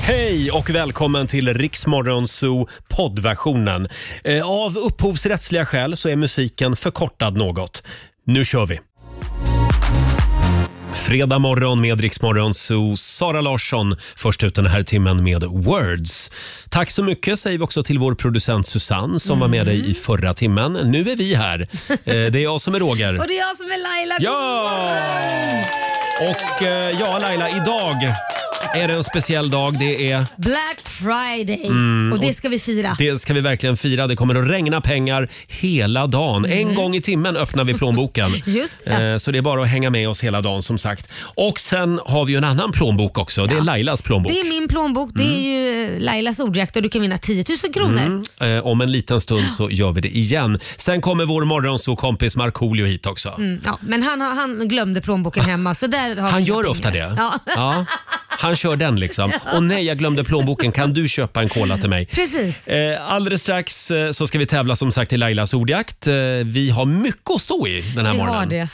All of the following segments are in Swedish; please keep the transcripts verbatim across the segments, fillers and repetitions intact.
Hej och välkommen till Rix Morgon Zoo poddversionen. Eh, av upphovsrättsliga skäl så är musiken förkortad något. Nu kör vi! Fredag morgon med Rix Morgon Zoo. Sara Larsson först ut den här timmen med Words. Tack så mycket säger vi också till vår producent Susanne som mm. var med dig i förra timmen. Nu är vi här. Eh, det är jag som är Roger. Och det är jag som är Laila. Ja! Och eh, ja Laila, idag är det en speciell dag. Det är Black Friday mm, och det ska vi fira. Det ska vi verkligen fira. Det kommer att regna pengar hela dagen. Mm. En gång i timmen öppnar vi plånboken. Just det. Eh, så det är bara att hänga med oss hela dagen som sagt. Och sen har vi ju en annan plånbok också. Ja. Det är Lailas plånbok. Det är min plånbok. Det är ju Lailas ordjakt och du kan vinna tio tusen kronor. Mm. Eh, om en liten stund så gör vi det igen. Sen kommer vår morgonsåkompis Markoolio hit också. Mm, ja, men han, han glömde plånboken hemma. Så där har han gör ofta det. Ja. Ja. Han kör den liksom. Och nej, jag glömde plånboken. Kan du köpa en cola till mig? Precis. Eh, alldeles strax eh, så ska vi tävla som sagt i Lailas ordjakt. Eh, vi har mycket att stå i den här vi morgonen. Har det.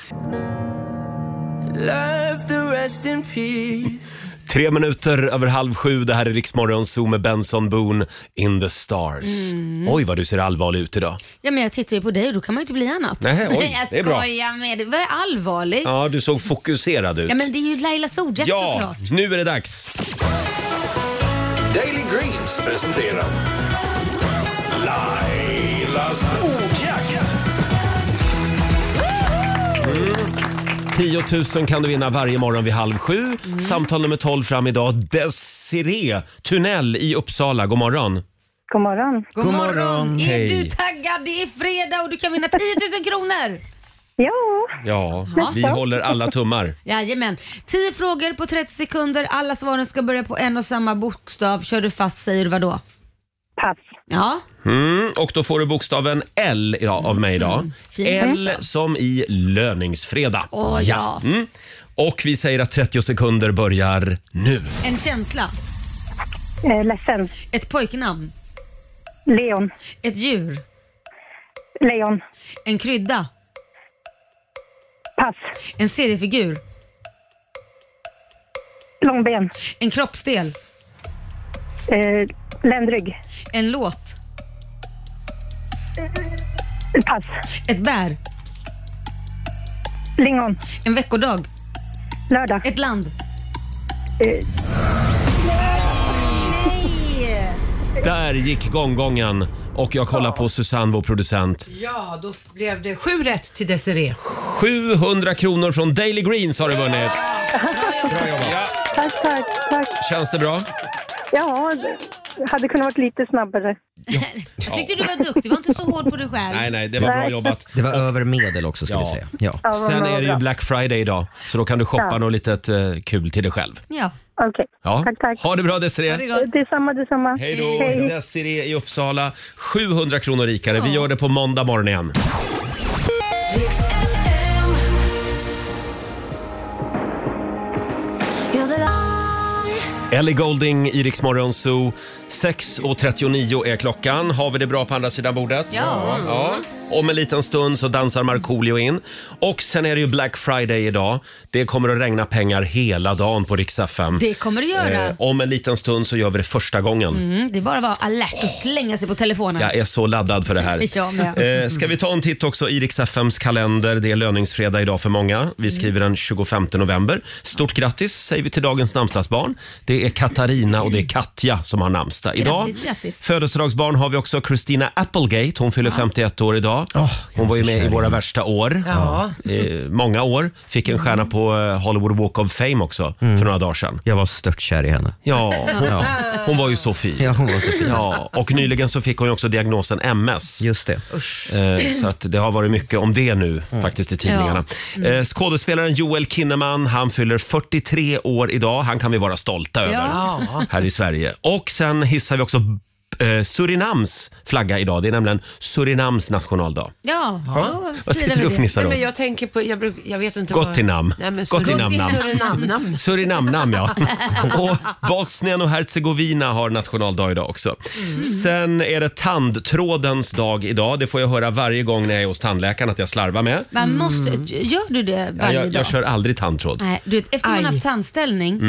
Love the rest in peace. Tre minuter över halv sju. Det här är Rix Morgon Zoo med Benson Boone in the stars. Mm. Oj, vad du ser allvarlig ut idag. Ja, men jag tittar ju på dig och då kan man ju inte bli annat. Nej, oj, jag det är bra. skojar med dig. Vad är allvarligt? Ja, du såg fokuserad ut. Ja, men det är ju Lailas ordjakt ja, såklart. Ja, nu är det dags. Daily Greens presenterar Lailas ordjakt. Mm. tio tusen kan du vinna varje morgon vid halv sju. Mm. Samtal nummer tolv fram idag. Desiree Tunnell i Uppsala. God morgon. God morgon. God, God morgon. morgon. Är Hej. du taggad? Det är fredag och du kan vinna tio tusen kronor. Ja. Ja, vi håller alla tummar. Jajamän. tio frågor på trettio sekunder. Alla svaren ska börja på en och samma bokstav. Kör du fast säger du vad då? Pass. Ja. Mm, och då får du bokstaven L idag, av mig idag. Mm. L som i löningsfredag. Åh, ja. Mm. Och vi säger att trettio sekunder börjar nu. En känsla. Eh, ledsen. Ett pojknamn. Leon. Ett djur. Leon. En krydda. Pass. En seriefigur. Långben. En kroppsdel. Eh, ländrygg. En låt. Eh, pass. Ett bär. Lingon. En veckodag. Lördag. Ett land. Eh, Nej! Där gick gånggången. Och jag kollar på Susanne, vår producent. Ja, då blev det sju rätt till Desiree. sjuhundra kronor från Daily Greens har du vunnit. Bra jobbat. Ja. tack, tack, tack. Känns det bra? Ja, det hade kunnat varit lite snabbare. Ja. Jag tyckte du var duktig. Du var inte så hård på dig själv. Nej, nej, det var bra jobbat. Det var över medel också ska ja. vi säga. Ja. Ja, Sen är det ju bra. Black Friday idag. Så då kan du shoppa Ja. något litet uh, kul till dig själv. Ja. Okej, okay. Ja. tack, tack. Ha det bra Desiree. Det är gott. Detsamma, detsamma. Hej då. Desiree i Uppsala. sjuhundra kronor rikare. Vi gör det på måndag morgon igen. Ellie Goulding i Rix Morgon Zoo. sex och trettionio är klockan. Har vi det bra på andra sidan bordet? Ja. ja. Om en liten stund så dansar Markoolio in. Och sen är det ju Black Friday idag. Det kommer att regna pengar hela dagen på Rix F M. Det kommer det göra. Eh, om en liten stund så gör vi det första gången. Mm, det är bara att vara alert och slänga sig på telefonen. Jag är så laddad för det här. Jag med. Eh, ska vi ta en titt också i Rix F M:s kalender. Det är löningsfredag idag för många. Vi skriver den tjugofemte november. Stort grattis säger vi till dagens namnsdagsbarn. Det är Katarina och det är Katja som har namnsdag idag. Grattis, grattis. Födelsedagsbarn har vi också Christina Applegate. Hon fyller femtioett år idag. Hon var ju med i Våra värsta år. Ja. Eh, många år. Fick en stjärna på eh, Hollywood Walk of Fame också för några dagar sedan. Jag var störtkär i henne. Ja, hon, hon var ju så fin. Ja, hon var så fin. Ja, och nyligen så fick hon ju också diagnosen M S. Just det. Eh, så att det har varit mycket om det nu faktiskt i tidningarna. Ja. Mm. Eh, skådespelaren Joel Kinnaman, han fyller fyrtiotre år idag. Han kan vi vara stolta över Ja. här i Sverige. Och sen hissar vi också eh, Surinams flagga idag. Det är nämligen Surinams nationaldag. Ja, då Vad firar sitter du vi och det. fnissar Nej, åt? men jag tänker på, jag, bruk, jag vet inte Gottinam. Nej, men Gottinam namn. Surinam namn. Surinam-namn, ja. Och Bosnien och Herzegovina har nationaldag idag också. Mm. Sen är det tandtrådens dag idag. Det får jag höra varje gång när jag är hos tandläkaren att jag slarvar med. Man måste, gör du det Ja, varje jag, dag? jag kör aldrig tandtråd. Nej, du vet, efter man Aj. haft tandställning,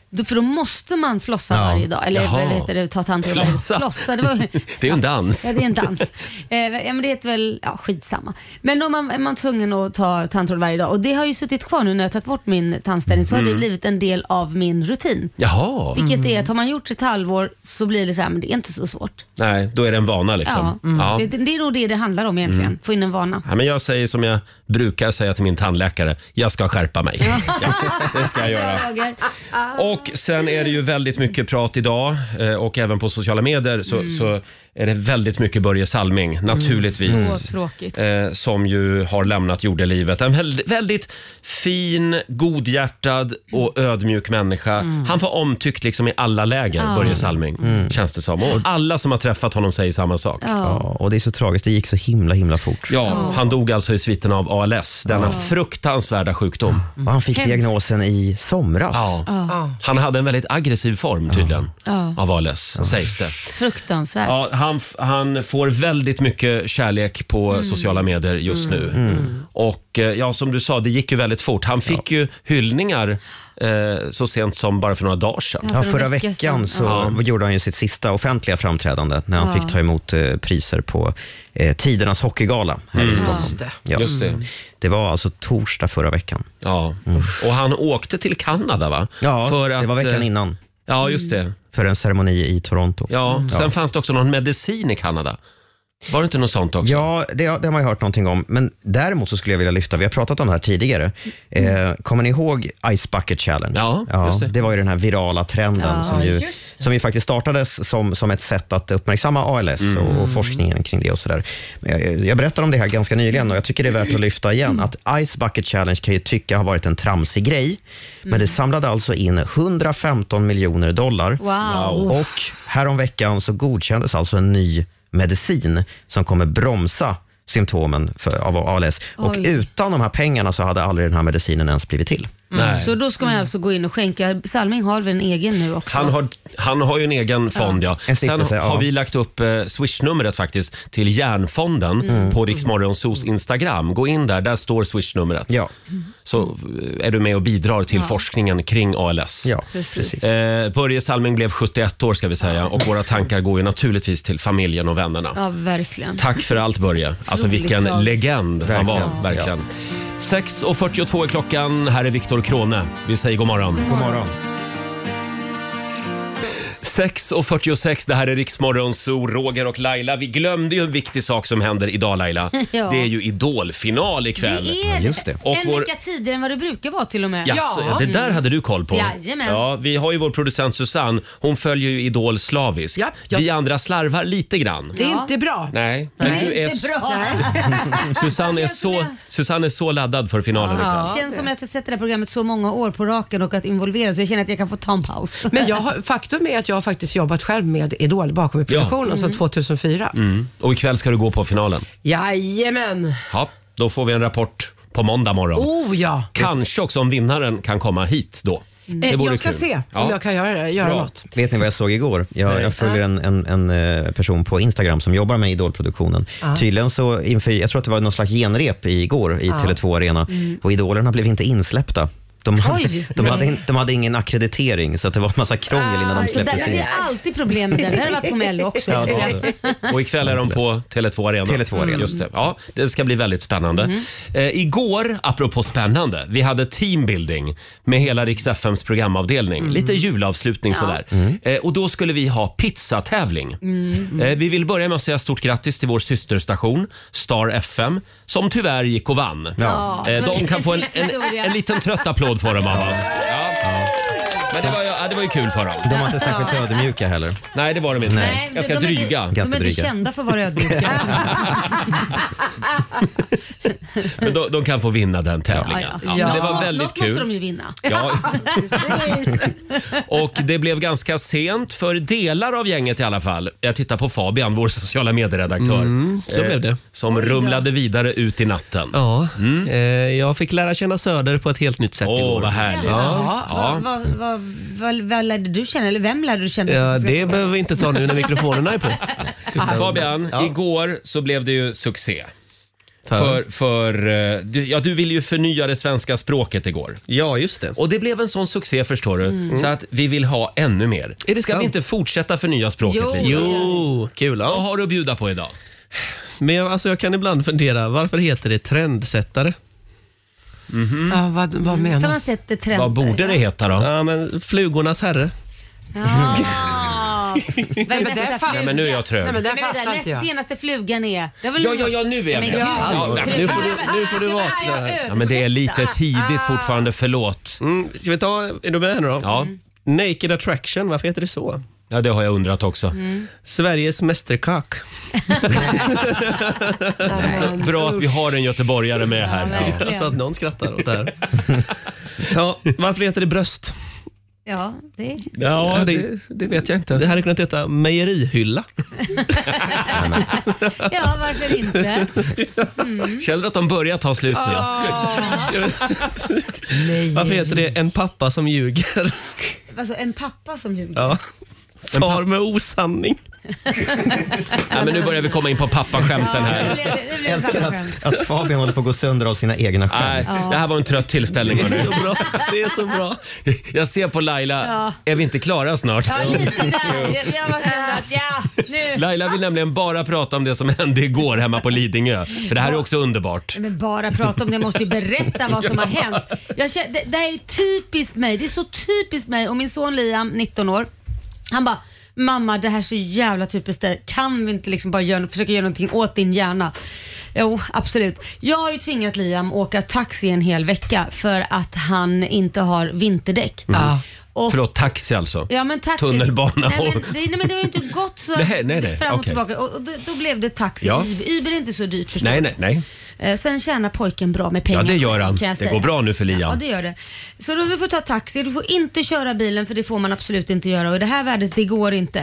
Då, för då måste man flossa Ja. varje dag. Eller Jaha. vad heter det? Ta tandtråd varje dag. Flossa. Flossa, det, var, Det är ju en dans. ja, det är en dans. eh, ja, men det heter väl, ja skitsamma. Men då är man, är man tvungen att ta tandtråd varje dag. Och det har ju suttit kvar nu när jag tagit bort min tandställning. Så har det blivit en del av min rutin. Jaha. Vilket är att har man gjort ett halvår så blir det så här, men det är inte så svårt. Nej, då är det en vana liksom. Ja. Ja. Det, det är nog det det handlar om egentligen. Få in en vana. Ja, men jag säger som jag brukar säga till min tandläkare. Jag ska skärpa mig. Ja, det ska jag göra. Roger. Och sen är det ju väldigt mycket prat idag eh, och även på sociala medier så, Mm. så är det väldigt mycket Börje Salming naturligtvis. Så tråkigt. Eh, som ju har lämnat jordelivet. En väldigt, väldigt fin, godhjärtad och ödmjuk människa. Mm. Han var omtyckt liksom i alla läger, Börje Salming, känns det som. Och alla som har träffat honom säger samma sak. Ja. Ja, och det är så tragiskt. Det gick så himla himla fort. Han dog alltså i sviten av A L S, denna fruktansvärda sjukdom. Och han fick Hemskt. diagnosen i somras. Ja. Han hade en väldigt aggressiv form tydligen av A L S, sägs det. Fruktansvärt. Ja, han, f- han får väldigt mycket kärlek på sociala medier just nu. Och eh, ja, som du sa, det gick ju väldigt fort. Han fick ju hyllningar eh, så sent som bara för några dagar sedan. Ja, Ja, för en förra vecka veckan så Ja. gjorde han ju sitt sista offentliga framträdande när han Ja. fick ta emot eh, priser på eh, Tidernas hockeygala här i Stockholm. Just det. Ja. Just det. Det var alltså torsdag förra veckan. Ja. Och han åkte till Kanada, va? Ja, För att, det var veckan eh, innan. Ja, just det. För en ceremoni i Toronto. Ja, sen fanns det också någon medicin i Kanada. Var det inte något sånt också? Ja, det, det har man ju hört någonting om. Men däremot så skulle jag vilja lyfta, vi har pratat om det här tidigare. Eh, kommer ni ihåg Ice Bucket Challenge? Ja, just det. det var ju den här virala trenden Ja, som, ju, just det. som ju faktiskt startades som, som ett sätt att uppmärksamma A L S Mm. och, och forskningen kring det och sådär. Jag, jag berättade om det här ganska nyligen och jag tycker det är värt att lyfta igen. Att Ice Bucket Challenge kan ju tycka har varit en tramsig grej. Men det samlade alltså in hundrafemton miljoner dollar. Wow. Och häromveckan så godkändes alltså en ny medicin som kommer bromsa symptomen för, av A L S. Och Oj. utan de här pengarna så hade aldrig den här medicinen ens blivit till. Nej. Så då ska man alltså gå in och skänka. Salming har väl en egen nu också? Han har, han har ju en egen fond, ja. En Sen stiftelse, ja. har vi lagt upp eh, Swish-numret faktiskt till Järnfonden Mm. på Rix Morgonzos Instagram. Gå in där, där står Swish-numret. Ja, Så eh, är du med och bidrar till forskningen kring A L S. ja Precis. precis. Eh, Börje Salming blev sjuttioett år ska vi säga och våra tankar går ju naturligtvis till familjen och vännerna. Ja, verkligen. Tack för allt Börje. Alltså Otroligt vilken tragiskt. legend han var, Verkligen. verkligen. sex och fyrtiotvå är klockan. Här är Viktor Krone. Vi säger god morgon. God morgon. sex och fyrtiosex, det här är Riksmorgon, så Roger och Laila. Vi glömde ju en viktig sak som händer idag, Laila. Ja. Det är ju idolfinal ikväll. Det är just det. Och en vår- vecka tidigare än vad det brukar vara till och med. Jaså, ja, det där hade du koll på. Jajamän. Ja, vi har ju vår producent Susanne. Hon följer ju Idol slaviskt. Ja, jag- Vi andra slarvar lite grann. Det är Ja. inte bra. Nej, Det men är du är, inte bra. Susanne, är Känns som så, jag- Susanne är så laddad för finalen ikväll. Det känns som att jag har sett det här programmet så många år på raken och att involvera så jag känner att jag kan få ta en paus. Men jag har, faktum är att jag har faktiskt jobbat själv med Idol bakom i produktionen sedan tvåtusenfyra. Mm. Och ikväll ska du gå på finalen. Jajamän. Ja, då får vi en rapport på måndag morgon. Oh ja. Kanske också om vinnaren kan komma hit då. Eh, vore jag ska kul. se om Ja. jag kan göra, göra Bra. något. Vet ni vad jag såg igår? Jag, jag följer en, en, en eh, person på Instagram som jobbar med Idolproduktionen. Tydligen så inför, jag tror att det var någon slags genrep igår i Tele två Arena och Idolerna blev inte insläppta. De, Oj. de, hade in, de hade ingen akkreditering så att det var en massa krångel innan de Så där, släpptes det in. är alltid problem med det. Det har varit på Mello också. Ja, det är så. Och ikväll är de på Tele två Arena. Tele två Arena. Just det. Ja, det ska bli väldigt spännande. Eh, igår, apropå spännande, vi hade teambuilding med hela Rix F M:s programavdelning. Lite julavslutning sådär. Eh, och då skulle vi ha pizzatävling. Eh, vi vill börja med att säga stort grattis till vår systerstation Star F M som tyvärr gick och vann. Ja. Eh, de kan få en, en, Historia. en liten trött applåd för dem av oss. Ja. Men det var, ju- ja, det var ju kul för dem. De var inte särskilt ödmjuka heller. Nej, det var de inte. Nej, Ganska de är dryga. Inte, de Ganska är inte dryga. kända för att vara ödmjuka. Men de, de kan få vinna den tävlingen. Ja, Ja, ja. men det var Något väldigt måste de kul. ju vinna. Ja. Och det blev ganska sent för delar av gänget i alla fall. Jag tittar på Fabian, vår sociala medieredaktör. Mm, så eh, blev det. Som rumlade vidare ut i natten. Ja, eh, jag fick lära känna Söder på ett helt nytt sätt Åh, igår. vad härligt. Ja. Ja. Vad, vad, vad, vad, vad lärde du känna? Eller vem lärde du känna? Ja, det behöver vi inte ta nu när mikrofonerna är på. Fabian, Ja. igår så blev det ju succé. För, för du, ja, du ville ju förnya det svenska språket igår. Ja, just det. Och det blev en sån succé, förstår du. Mm. Så att vi vill ha ännu mer. Är det Ska sant? vi inte fortsätta förnya språket jo. lite? Jo, kul. Ja. Vad har du att bjuda på idag? Men jag, alltså, jag kan ibland fundera, varför heter det trendsättare? Mm-hmm. Ja, vad, vad menas? För man sätter trender. Vad borde det heta då? Ja, men flugornas herre. Ja. Nej, men, det Nej, men nu är jag trög. Nej, men det men vänta, fattar näst inte jag. senaste flugan är... Det Ja, ja, ja, nu är jag med. Men, Ja, ja, ja, nu får du, nu får du vakna. Ja, men det är lite tidigt fortfarande, förlåt. Mm, ska vi ta, är du med här nu då? Ja. Naked Attraction, varför heter det så? Ja, det har jag undrat också. Mm. Sveriges mästerkock. Så bra att vi har en göteborgare med här. Ja, Ja, så att någon skrattar åt det här. Ja, varför heter det bröst? Ja, det... Ja, det, det vet jag inte. Det här hade kunnat heta mejerihylla. Ja, varför inte? Mm. Känner du att de börjar ta slut nu? Varför heter det en pappa som ljuger? Alltså en pappa som ljuger? Ja. Far med osanning. Ja, men nu börjar vi komma in på pappaskämten här. Ja, det blev, det blev Älskar att, att Fabian håller på att gå sönder av sina egna Nej, skämt. det här var en trött tillställning. Det är så bra. Det är så bra. Jag ser på Laila, Ja. är vi inte klara snart? Ja, lite där. Jag, jag var kände att, ja, nu. Laila vill nämligen bara prata om det som hände igår hemma på Lidingö. För det här är också underbart. Men bara prata om det, jag måste ju berätta vad som har hänt. Jag känner, det, det här är typiskt mig, det är så typiskt mig och min son Liam, nitton år, han bara, mamma det här är så jävla typiskt dig, kan vi inte liksom bara göra, försöka göra någonting åt din hjärna? Jo, absolut. Jag har ju tvingat Liam åka taxi en hel vecka för att han inte har vinterdäck. Mm. Och, Förlåt, taxi alltså? Ja, men taxi, Tunnelbana nej, men, och... det, nej men det har ju inte gått så nej, nej, nej. fram och Okay. tillbaka och, och då, då blev det taxi. Ja. Uber är inte så dyrt, förstår Nej, du. nej, nej. Eh, Sen tjänar pojken bra med pengar. Ja, det gör han. Kan jag Det säga. går bra nu för Liam. Ja, det gör det. Så då får du ta taxi. Du får inte köra bilen för det får man absolut inte göra. Och i det här värdet, det går inte.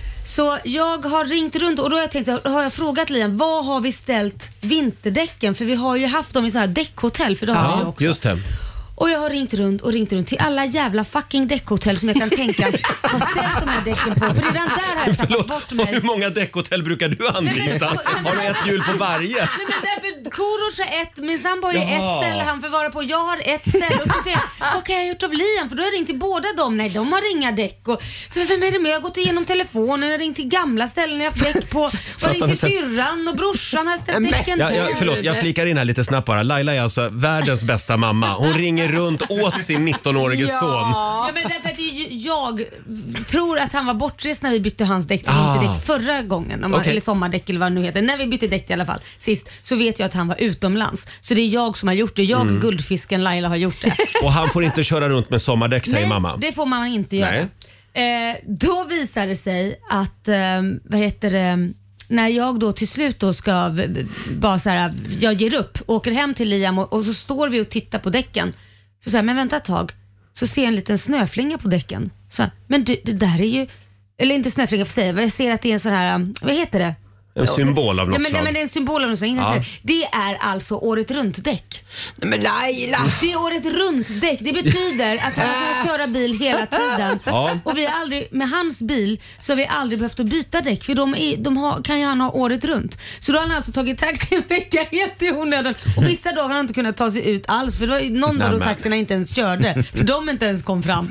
Så jag har ringt runt och då har jag tänkt så här, har jag frågat Liam, vad har vi ställt vinterdäcken? För vi har ju haft dem i så här däckhotell, för det har vi ju Ja, också. just det. Och jag har ringt runt och ringt runt till alla jävla fucking däckhotell som jag kan tänkas ha ställt de här däcken på. För redan där har jag tappat bort Och mig. hur många däckhotell brukar du anlita? Har du ett hjul på varje? Nej men därför Korosh är ett, min sambo har ju Jaha. ett ställe han får vara på. Jag har ett ställe och så tänkte jag, vad kan jag ha gjort av Liam? För då har jag ringt till båda dem. Nej, de har inga däck. Och, så vem är det med? Jag har gått igenom telefonen, jag har ringt till gamla ställen jag har fläck på. Jag har ringt till syrran och brorsan har ställt däcken Ja, på. ja, förlåt, jag flikar in här lite snabbt bara. Laila är alltså världens bästa mamma. Hon ringer runt åt sin nitton-årige son. Ja, men därför att det är ju- jag tror att han var bortrest när vi bytte hans däck till Ah. vinterdäck förra gången. Om man, Okej. Eller sommardäck eller vad det nu heter. När vi bytte däck i alla fall sist, så vet jag att han var utomlands. Så det är jag som har gjort det. Jag, Mm. guldfisken Laila, har gjort det. Och han får inte köra runt med sommardäck, säger Nej, mamma. det får man inte göra. Eh, då visar det sig att, eh, vad heter det, när jag då till slut då ska v- v- bara så här, jag ger upp, åker hem till Liam och, och så står vi och tittar på däcken. Så säger men vänta ett tag, så ser jag en liten snöflinga på däcken. Så här, men det, det där är ju, eller inte snöflinga för sig, jag ser att det är en sån här, um, vad heter det? En symbol av något ja, men, slag. ja, men det är en symbol av något slag. Inte Ja. snö. Det är alltså året runt-däck. Men Laila! Det är året runt-däck. Det betyder att han kan köra bil hela tiden. Ja. Och vi har aldrig, med hans bil så har vi aldrig behövt att byta däck, för de, är, de har, kan ju han ha året runt. Så då har han alltså tagit taxi en vecka helt i onödan. Och vissa dagar har han inte kunnat ta sig ut alls, för det var ju någon dag då Nämen. taxierna inte ens körde. För de inte ens kom fram.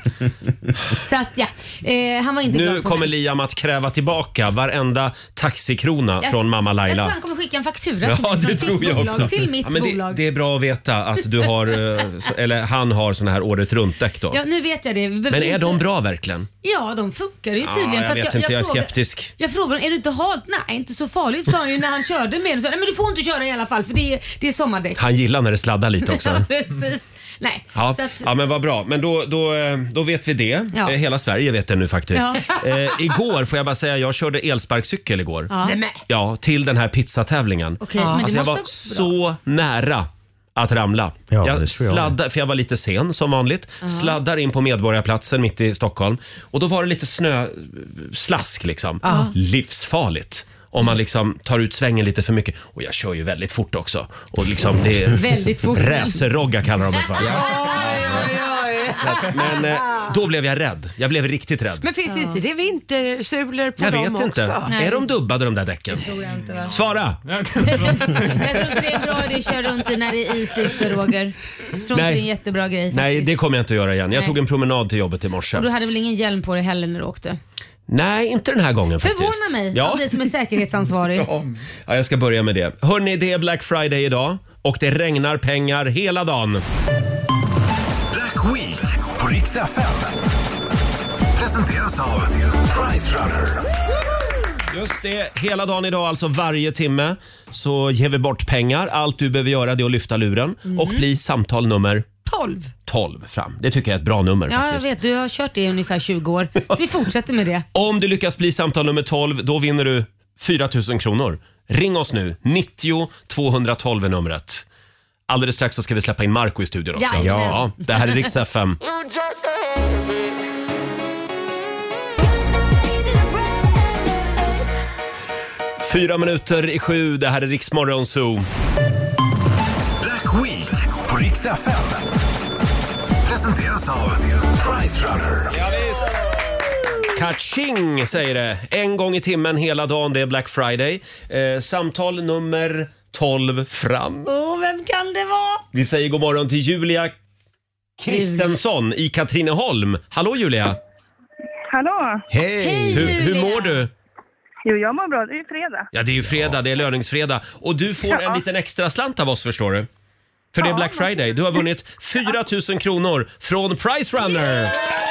Så att ja, eh, han var inte glad Nu på kommer mig. Liam att kräva tillbaka varenda taxikrona Jag- från mamma Jag tror Laila. han kommer skicka en faktura Ja, till, mig, det från tror sitt jag bolag också. till mitt Ja, men det, bolag. det är bra att veta att du har, eh, så- eller han har såna här året runt-däck då. Ja, nu vet jag det. Vi behöver Men är inte- de bra verkligen? Ja, de funkar ju Ja, tydligen. jag för att vet inte, jag är frågar- skeptisk. Jag frågar honom, är du inte halt? Nej, inte så farligt, sa han ju när han körde med det. Så, nej, men du får inte köra i alla fall, för det är, det är sommardäck. Han gillar när det sladdar lite också. Ja, precis. Nej, Ja, så att, ja men vad bra. Men då, då, eh, då vet vi det. Ja. Eh, Hela Sverige vet det nu faktiskt. Ja. Eh, igår får jag bara säga, jag körde elsparkcykel igår. ja. Nej, men. Ja, till den här pizzatävlingen. Okej, men det Alltså jag var måste också vara bra. så nära att ramla. Ja, jag det tror jag. sladdar, för jag var lite sen som vanligt. Sladdar in på Medborgarplatsen mitt i Stockholm. Och då var det lite snöslask liksom. Livsfarligt. Om man liksom tar ut svängen lite för mycket. Och jag kör ju väldigt fort också. Och liksom det är Väldigt fort. racerrogga kallar de mig för. att, men eh, då blev jag rädd. Jag blev riktigt rädd. Men finns inte det vintersulor på Jag dem vet också? inte. Nej. Är de dubbade de där däcken? Tror jag inte, va? Svara! Jag tror inte det är en bra idé att köra runt i när det är is ute, Roger. Jag tror inte det är en jättebra grej faktiskt. Nej, det kommer jag inte att göra igen. Jag Nej. tog en promenad till jobbet i morse. Och du hade väl ingen hjälm på dig heller när du åkte? Nej, inte den här gången faktiskt. Förvånar mig, Ja. av dig som är säkerhetsansvarig. Ja. ja, jag ska börja med det. Hörrni, det är Black Friday idag och det regnar pengar hela dagen. Black Week på Rix F M. Presenteras av Price Runner. Just det, hela dagen idag, alltså varje timme, så ger vi bort pengar. Allt du behöver göra det är att lyfta luren och bli samtal nummer tolv. tolv fram. Det tycker jag är ett bra nummer Ja, faktiskt. jag vet. Du har kört det i ungefär tjugo år. Så vi fortsätter med det. Om du lyckas bli samtal nummer tolv, då vinner du fyra tusen kronor. Ring oss nu, nittio tvåhundratolv är numret. Alldeles strax så ska vi släppa in Marco i studion också. Jajamän. Ja, det här är Rix F M. Fyra minuter i sju, det här är Rix Morgon Zoo. Black Week på Rix F M. Presenteras av Price Runner. Ja, visst. Kaching säger det. En gång i timmen hela dagen, det är Black Friday. Eh, samtal nummer tolv fram. Åh, vem kan det vara? Vi säger god morgon till Julia Kristensson i Katrineholm. Hallå Julia! Hallå? Hej! Hej. Hur, hur Julia. mår du? Jo, jag mår bra. Det är ju fredag. Ja, det är ju fredag, det är löningsfredag. Och du får en Ja. liten extra slant av oss, förstår du. För det är Ja, Black Friday. Du har vunnit fyra tusen kronor från Price Runner.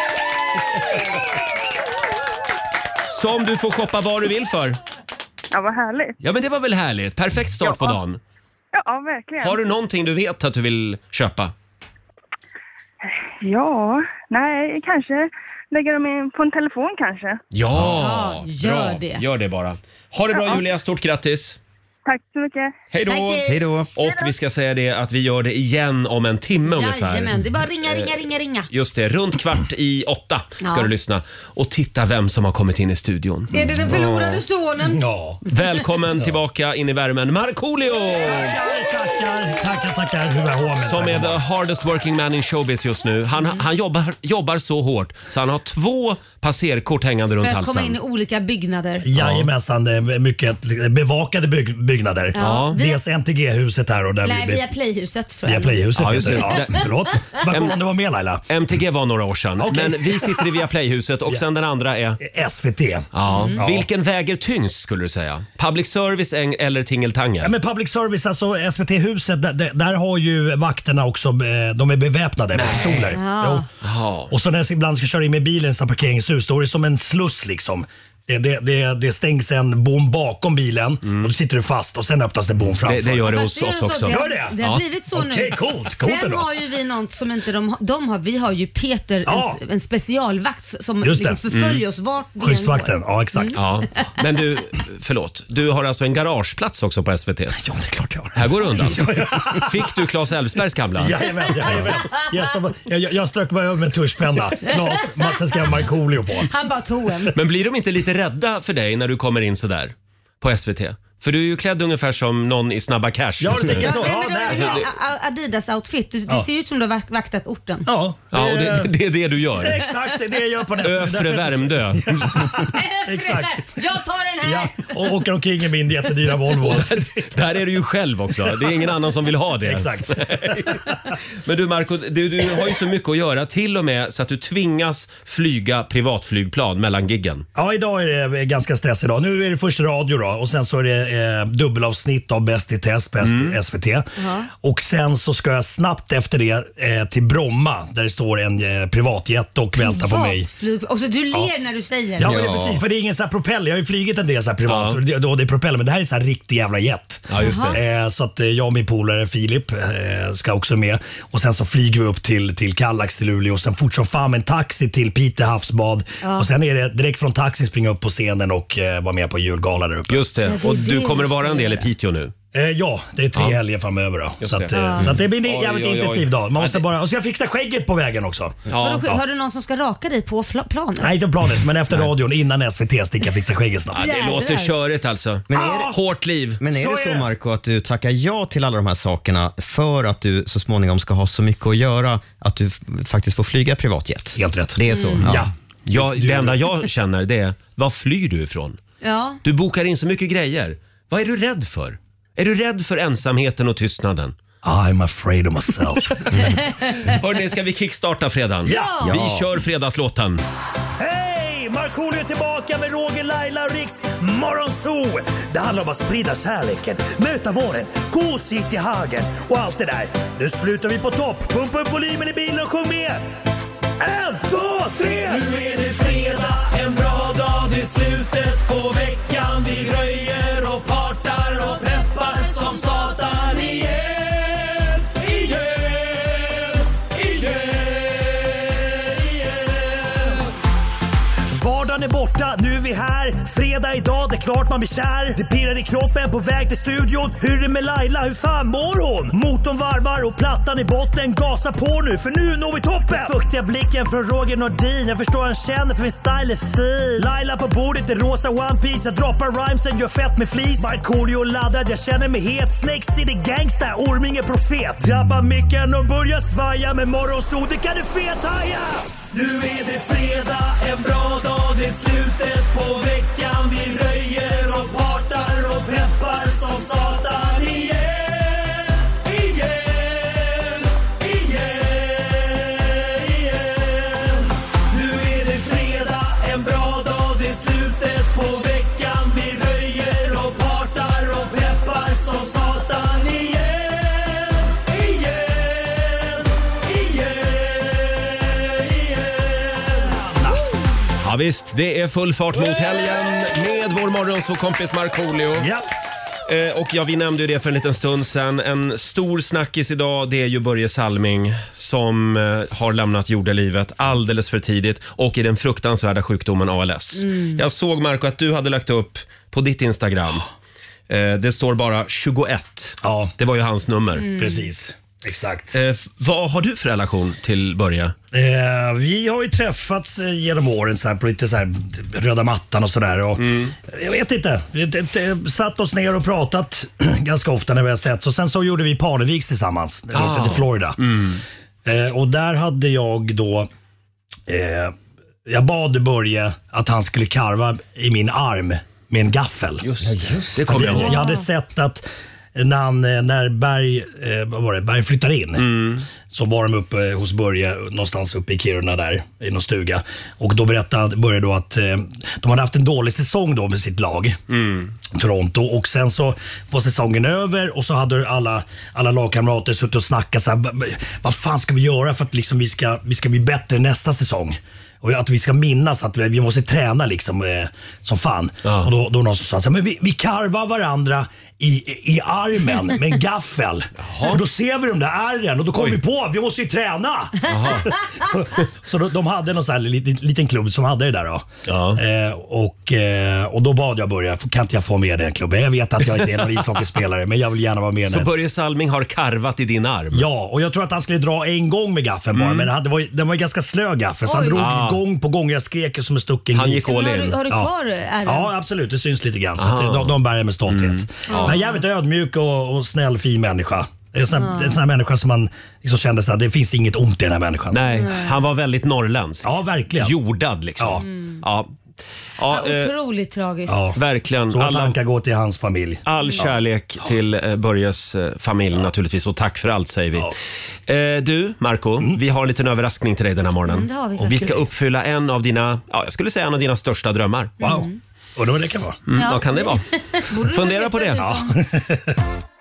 Som du får shoppa vad du vill för. Ja, vad härligt. Ja, men det var väl härligt. Perfekt start på Ja. dagen. Ja, verkligen. Har du någonting du vet att du vill köpa? Ja, nej, kanske lägga dem in på en telefon kanske. Ja, Ja, gör bra. det. Gör det bara. Ha det bra Ja. Julia, stort grattis. Tack så mycket. Hej då. Tack, hej. Hej då. Och vi ska säga det att vi gör det igen om en timme ungefär. Jajamän, det är bara ringa, ringa, ringa, ringa. Just det, runt kvart i åtta ska Ja. du lyssna. Och titta vem som har kommit in i studion. Är det den förlorade sonen? Ja. Välkommen tillbaka in i värmen, Markoolio! Tackar, tackar, tackar. Hur är håret? Som är the hardest working man in showbiz just nu. Han, han jobbar, jobbar så hårt så han har två passerkort hängande runt För att komma in halsen. i olika byggnader. Jajamensan, det är mycket bevakade byg- byggnader. Ja. Dels M T G-huset här och där Nej, vi... via Playhuset tror Via jag. Playhuset Ja, just heter det. det. Ja, förlåt. Vad kom du var med Laila? M T G var några år sedan, Okej. men vi sitter i Viaplay-huset och sen den andra är... S V T. Ja. Ja. Vilken väger tyngst skulle du säga? Public service en- eller tingeltangel? Ja, men public service, alltså S V T-huset, där, där- där har ju vakterna också, eh, de är beväpnade med pistoler. Jo. Ja. Och så när jag ibland ska köra in med bilen i parkeringshus, då är det som en sluss liksom. Det, det, det, det stängs en bom bakom bilen och då sitter du fast och sen öppnas det en bom framför. Det, det gör det Fast hos är oss så, också. Det, Gör det? det har Ja. blivit så nu. Okej, coolt. Coolt Sen ändå. har ju vi något som inte de, de har. Vi har ju Peter, Ja. en, en specialvakt som Just det. liksom förföljer oss vart vi än Skyddsvakten, går. ja exakt. Ja, men du, förlåt. Du har alltså en garageplats också på S V T. Ja, det är klart jag har. Här går det undan. Fick du Claes Elfsbergs gamla? Jajamän, jajamän. Yes, jag, jag, jag strök bara över med en tuschpenna. Klas, Matsen ska jag ha Markoolio på. Han bara tog en. Men blir de inte lite rädda för dig när du kommer in sådär på S V T? För du är ju klädd ungefär som någon i Snabba Cash. Ja, just det nu. tänker jag så. Nej, Ja, men nej. du har ju Alltså, Adidas-outfit. Du, det Ja. ser ut som du har vak- vaktat orten. Ja, Ja, och det, det är det du gör. exakt det är det jag gör på nätet. Övre Därför- Värmdö. Exakt. Jag tar den här! Ja, och åker omkring i min jättedyra Volvo. Där är du ju själv också. Det är ingen annan som vill ha det. Exakt. Men du Marco, du, du har ju så mycket att göra. Till och med så att du tvingas flyga privatflygplan mellan giggen. Ja, idag är det ganska stressigt idag. Nu är det först radio då och sen så är det eh, dubbelavsnitt av Bäst i test på Mm. S V T. Och sen så ska jag snabbt efter det eh, till Bromma där det står en eh, privatjet och väntar på mig. Privatflyg. Och så du ler när du säger Ja, det. men det är precis. För det är ingen så här propeller. Jag har ju flugit en del så här privat. Ja. och Det, då det är propeller, men det här är så här riktig jävla jet. Ja, just det. Eh, så att eh, jag och min polare Filip eh, ska också med. Och sen så flyger vi upp till, till Kallax till Luleå och sen fortsätter fram en taxi till Pite havsbad. Och sen är det direkt från taxin springa upp på scenen och eh, vara med på julgala där uppe. Just det. det är Och du det kommer du att vara ska en del i göra. Piteå nu. Eh, ja, det är tre Ja. helger framöver då. Så, det. att, eh, Ja. så att det blir en Oj, jävligt oj, oj. intensiv dag. Man måste Ja, det- bara, och så jag fixar skägget på vägen också. Ja. Vadå, har du någon som ska raka dig på fla- planen? Nej, inte planet, men efter radion innan S V T sticker jag fixa skägget snabbt. Ja, det Jädrar. låter körigt alltså. Men är det, Hårt liv. men är Så det är så det. Marco att du tackar ja till alla de här sakerna för att du så småningom ska ha så mycket att göra att du f- faktiskt får flyga privatjet? Helt rätt. Det är så? Ja. Ja, det enda jag känner det är, var flyr du ifrån? Ja. Du bokar in så mycket grejer. Vad är du rädd för? Är du rädd för ensamheten och tystnaden? I'm afraid of myself. Hörrni, ska vi kickstarta fredagen? Ja. Vi Ja. kör fredagslåten. Hej! Markoolio är tillbaka med Roger, Laila och Riks Morgonzoo. Det handlar om att sprida kärleken, möta våren, gosigt i hagen och allt det där. Nu slutar vi på topp. Pumpa upp volymen i bilen och sjung med. En, två, tre! Nu är det fredag, en bra dag, det är slutet på veckan. Vi röjer och partar och peppar som satan igen. Igen, igen, igen. Vardagen är borta, nu är vi här. Fredag idag, det är klart man blir kär. Det pirrar i kroppen på väg till studion. Hur är det med Laila, hur fan mår hon? Motorn varvar och plattan i botten. Gasa på nu, för nu når vi toppen. Fuktiga blicken från Roger Nordin. Jag förstår han känner, för min style är fin. Laila på bordet i rosa One Piece. Jag droppar rhymesen, gör fett med flis. Markoolio laddad, jag känner mig het. Snake City gangsta, Orminge profet. Drabbar micken och börjar svaja. Med Morgonzoo, det kan du fethaja. Nu är det fredag, en bra dag, det är slutet på veckan. Vi röjer och partar och peppar som satan igen. Igen, igen, igen. Nu är det fredag, en bra dag, det är slutet på veckan. Vi röjer och partar och peppar som satan igen. Igen, igen, igen. Ja, visst, det är full fart mot helgen med vår morgonsåkompis Markoolio. Ja. Eh, och ja, vi nämnde ju det för en liten stund sedan. En stor snackis idag, det är ju Börje Salming som eh, har lämnat jordelivet alldeles för tidigt och i den fruktansvärda sjukdomen A L S. Jag såg, Marco, att du hade lagt upp på ditt Instagram. Eh, det står bara tjugoett. Ja. Det var ju hans nummer. Precis, exakt. Eh, f- vad har du för relation till Börje? Eh, vi har ju träffats eh, genom åren så här, på lite så här, röda mattan och sådär. Mm. Jag vet inte. Vi det, det, satt oss ner och pratat ganska ofta när vi har sett. Så sen så gjorde vi Parneviks tillsammans. Ah. Åkte till Florida. Mm. Eh, och där hade jag då... Eh, jag bad Börje att han skulle karva i min arm med en gaffel. Just det, det kommer jag jag, ihåg. jag hade sett att när, han, när Berg, eh, vad var det, Berg flyttar in Mm. så var de uppe hos Börje någonstans uppe i Kiruna där i någon stuga. Och då berättade Börje då att eh, de hade haft en dålig säsong då med sitt lag. Mm. Toronto, och sen så var säsongen över och så hade alla, alla lagkamrater suttit och snackat så här, "Va- vad fan ska vi göra för att liksom vi, ska, vi ska bli bättre nästa säsong? Och att vi ska minnas att vi, vi måste träna liksom eh, som fan." Ja. Och då, då någon som sa så här, men vi, vi karvar varandra i, i armen med en gaffel. För då ser vi de där ärren och då kommer Oj. vi på, vi måste ju träna. Så då, de hade någon sån här liten, liten klubb som hade det där då. Ja. Eh, och, eh, och då bad jag Börje, kan inte jag få med den klubben? Jag vet att jag inte är någon ishockeyspelare, men jag vill gärna vara med. Så när- Börje Salming har karvat i din arm? Ja, och jag tror att han skulle dra en gång med gaffeln bara, men han- det var, ju- den var ju ganska slö gaffel, så han Oj. drog Ah. gång på gång. Jag skrek ju som en stucken Han gris. gick all Har in. du, har du Ja. kvar ärren? Ja, absolut. Det syns lite grann. Så Aha. att de, de bär jag med stolthet. Men jävligt ödmjuk och, och snäll, fin människa. Det är en sån här, en sån här människa som man liksom kände att det finns inget ont i den här människan. Nej, han var väldigt norrländsk. Ja, verkligen. Jordad liksom. Ja. Ja. Ja, Ja, eh, otroligt tragiskt. Ja. verkligen. Så alla Alla, tankar går till hans familj. all kärlek till eh, Börjes eh, familj naturligtvis, och tack för allt säger vi. Eh, du, Marco, vi har en liten överraskning till dig den här morgonen. Mm, det har vi och vi ska faktiskt. uppfylla en av dina, ja, jag skulle säga en av dina största drömmar. Wow. Och då det kan vara. Mm, Ja. Vad kan det vara? Borde du Fundera veta på det. du Ja. som-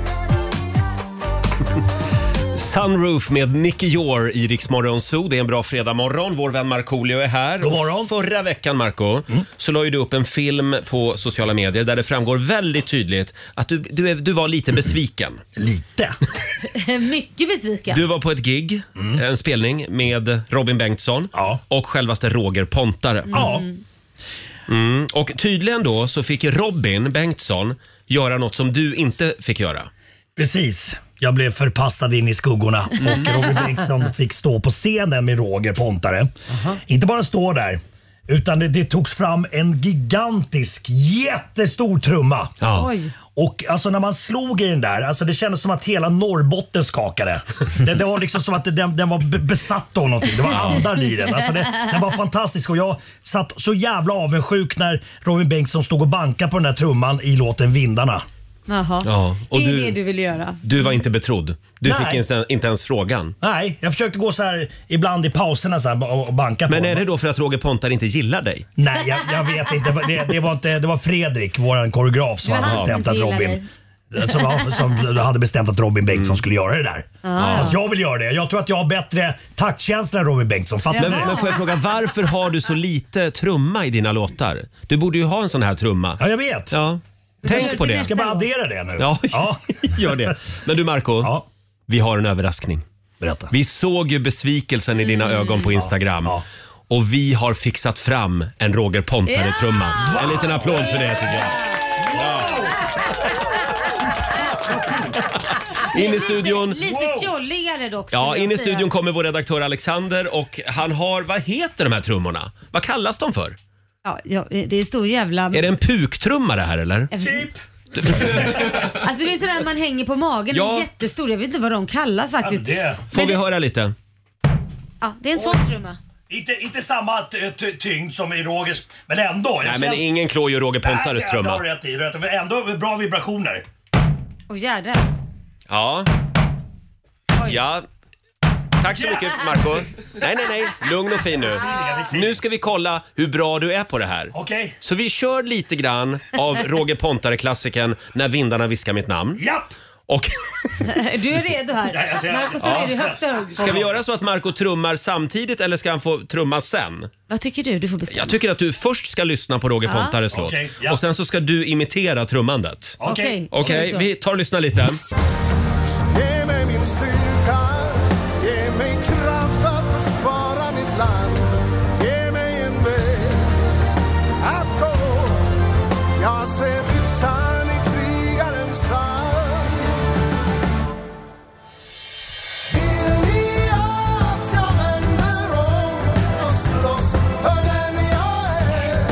Sunroof med Nicky Jor i Rix Morgon Zoo. Det är en bra fredagmorgon. Vår vän Markoolio är här. God morgon. Och förra veckan, Marco, så la ju du upp en film på sociala medier där det framgår väldigt tydligt att du, du, är, du var lite besviken. Lite. Mycket besviken. Du var på ett gig, en spelning med Robin Bengtsson Ja. och självaste Roger Pontare. Ja. Mm. Och tydligen då så fick Robin Bengtsson göra något som du inte fick göra. Precis. Jag blev förpassad in i skuggorna och Robin Bengtsson fick stå på scenen med Roger Pontare. Uh-huh. Inte bara stå där, utan det, det togs fram en gigantisk, jättestor trumma. Ja. Oj. Och alltså när man slog i den där, alltså det kändes som att hela Norrbotten skakade. Det, det var liksom som att det, den, den var besatt av någonting. Det var andar i den. Alltså det, den var fantastisk och jag satt så jävla avundsjuk när Robin Bengtsson stod och bankade på den där trumman i låten Vindarna. Jaha. Ja, och det är du- det du vill göra. Du var inte betrodd. Du Nej. fick inte, inte ens frågan. Nej, jag försökte gå så här ibland i pauserna så här, och och banka på Men är den. det då för att Roger Pontare inte gillar dig? Nej, jag, jag vet inte. Det, det, var inte. det var Fredrik, vår koreograf, som Det var hade han bestämt som att inte Robin... Som, som hade bestämt att Robin Bengtsson skulle göra det där. Ah. Fast jag vill göra det. Jag tror att jag har bättre taktkänsla än Robin Bengtsson. Fattar Men, du? men får jag fråga, varför har du så lite trumma i dina låtar? Du borde ju ha en sån här trumma. Ja, jag vet. Ja. Tänk på det. Jag ska bara addera det nu. Ja, Ja. gör det. Men du Marco, Ja. vi har en överraskning. Berätta. Vi såg ju besvikelsen i dina ögon på Instagram. Ja. Och vi har fixat fram en Roger Pontare-trumma. Ja! En liten applåd för det tycker jag. In i studion. Lite, lite fjolligare dock. Ja, skulle jag in i säga. studion kommer vår redaktör Alexander och han har, vad heter de här trummorna? Vad kallas de för? Ja, ja, det är stor jävla... Är det en puktrumma det här eller? Typ. Alltså det är sådär man hänger på magen. Ja. Den är jättestor. Jag vet inte vad de kallas faktiskt. Ja, det. Får Men vi det- höra lite? Ja, det är en sån trumma. Inte, inte samma ty- ty- tyngd som i Rogers, men ändå. Jag Nej men känner- ingen klår ju Roger Pontares Nej, det trumma. har rätt i, rätt i. Men ändå bra vibrationer. Och jädrar. Ja. Oj. Ja. Tack så mycket Marco. Nej, nej, nej. Lugn och fin nu. Nu ska vi kolla hur bra du är på det här. Okej. Så vi kör lite grann av Roger Pontare-klassikern När vindarna viskar mitt namn. Japp! Och Du är redo här. Ja, jag ser- Marcus, Ja. är du högt och högt? ska vi göra så att Marco trummar samtidigt eller ska han få trumma sen? Vad tycker du? Du får bestämma. Jag tycker att du först ska lyssna på Roger Ja. Pontares låt. Okej, ja. Och sen så ska du imitera trummandet. Okej. Okej, vi tar och lyssnar lite. Ge mig min styrka, ge mig kraft att försvara mitt land. Ge mig en väg att gå. Jag ser yxan i krigarens hand. Vill ni att jag vänder om och slåss för den jag är?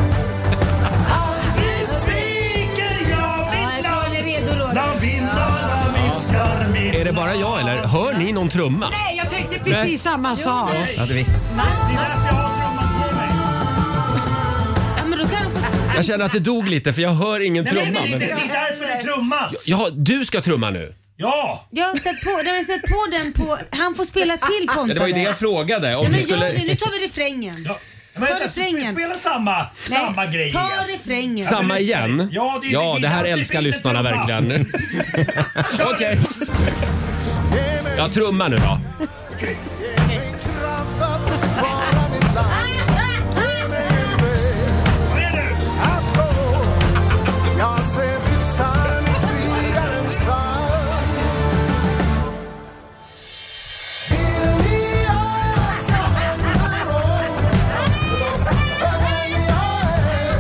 Aldrig sviker jag Ja, mitt jag tror land. ni är redo Roger. När vindarna viskar mitt Är det bara jag eller hör ni någon trumma? Nej, jag tänkte precis samma sak. Hade vi. Va? Det är därför jag har trumman på mig. Ja, men då kan jag få... Jag känner att det dog lite för jag hör ingen Nej, trumma. men det, Men... det är därför det trummas. Jaha, du ska trumma nu? Ja! Jag har sett på, jag har sett på den på... Han får spela till Pontare. Ja, det var ju det jag frågade. Om Nej, ni men skulle... gör det. Nu tar vi refrängen. Ja. Men Ta vänta, refrängen. vi spelar samma, samma grej Ta igen. refrängen. Samma igen? Ja, det- ja, det- det här det- älskar det- det- lyssnarna det- verkligen. Okej. Ja, trumma nu då. Ge mig kraft att försvara mitt land. Ge mig en väg Vad är det? att gå. Jag ser yxan i krigarens hand. Vill ni att jag vänder om och slåss för den jag är?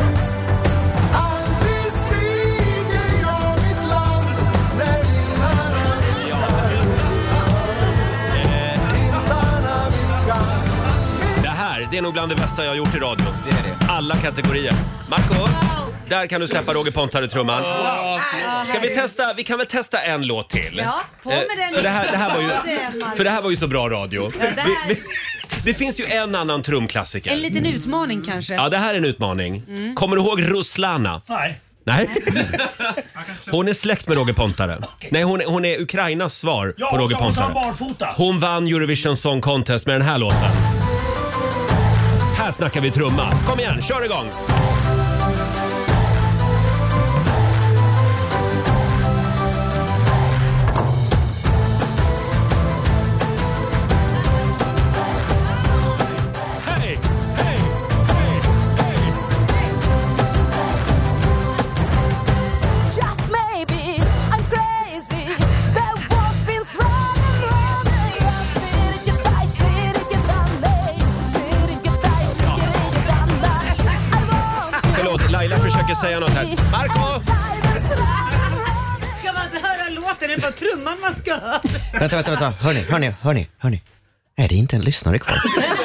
Aldrig sviker jag mitt land när vindarna viskar. Vindarna viskar. Det här, det är nog bland det bästa jag har gjort i radio. Det är det. Alla kategorier. Marco, där kan du släppa Roger Pontare-trumman. Ska vi testa, vi kan väl testa en låt till? Ja, på med den. För det här, det här var ju, Den, Marco. för det här var ju så bra radio. Ja, det här- Vi, vi, det finns ju en annan trumklassiker. En liten utmaning kanske. Ja, det här är en utmaning. Mm. Kommer du ihåg Ruslana? Nej. Nej. Hon är släkt med Roger Pontare. Nej, hon, är- hon är Ukrainas svar Ja, på och Roger så- och så har Pontare. han barfota. Hon vann Eurovision Song Contest med den här låten. Här snackar vi trumma. Kom igen, kör igång! Hej, hej, hej, hej. Just maybe I'm crazy. The war's been strong and running. Jag ser inte dig, ser inte dig, ser inte dig, ser inte dig. I want to Förlåt, Laila försöker säga något här. Marco! var trumman man ska höra. Vänta, vänta, vänta. Hörni, hörni, hörni, hörni. Är det inte en lyssnare kvar?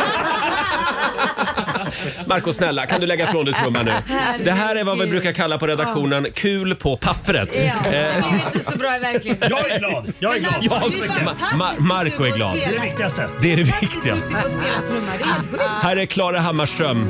Marco, snälla, kan du lägga ifrån dig trumman nu? Det här är vad vi brukar kalla på redaktionen kul på pappret. Ja, det är inte så bra i verkligheten. Jag är glad. Jag är glad. Ja, Ma- Marco är glad. Det är det viktigaste. Det är det viktiga. Här är Klara Hammarström.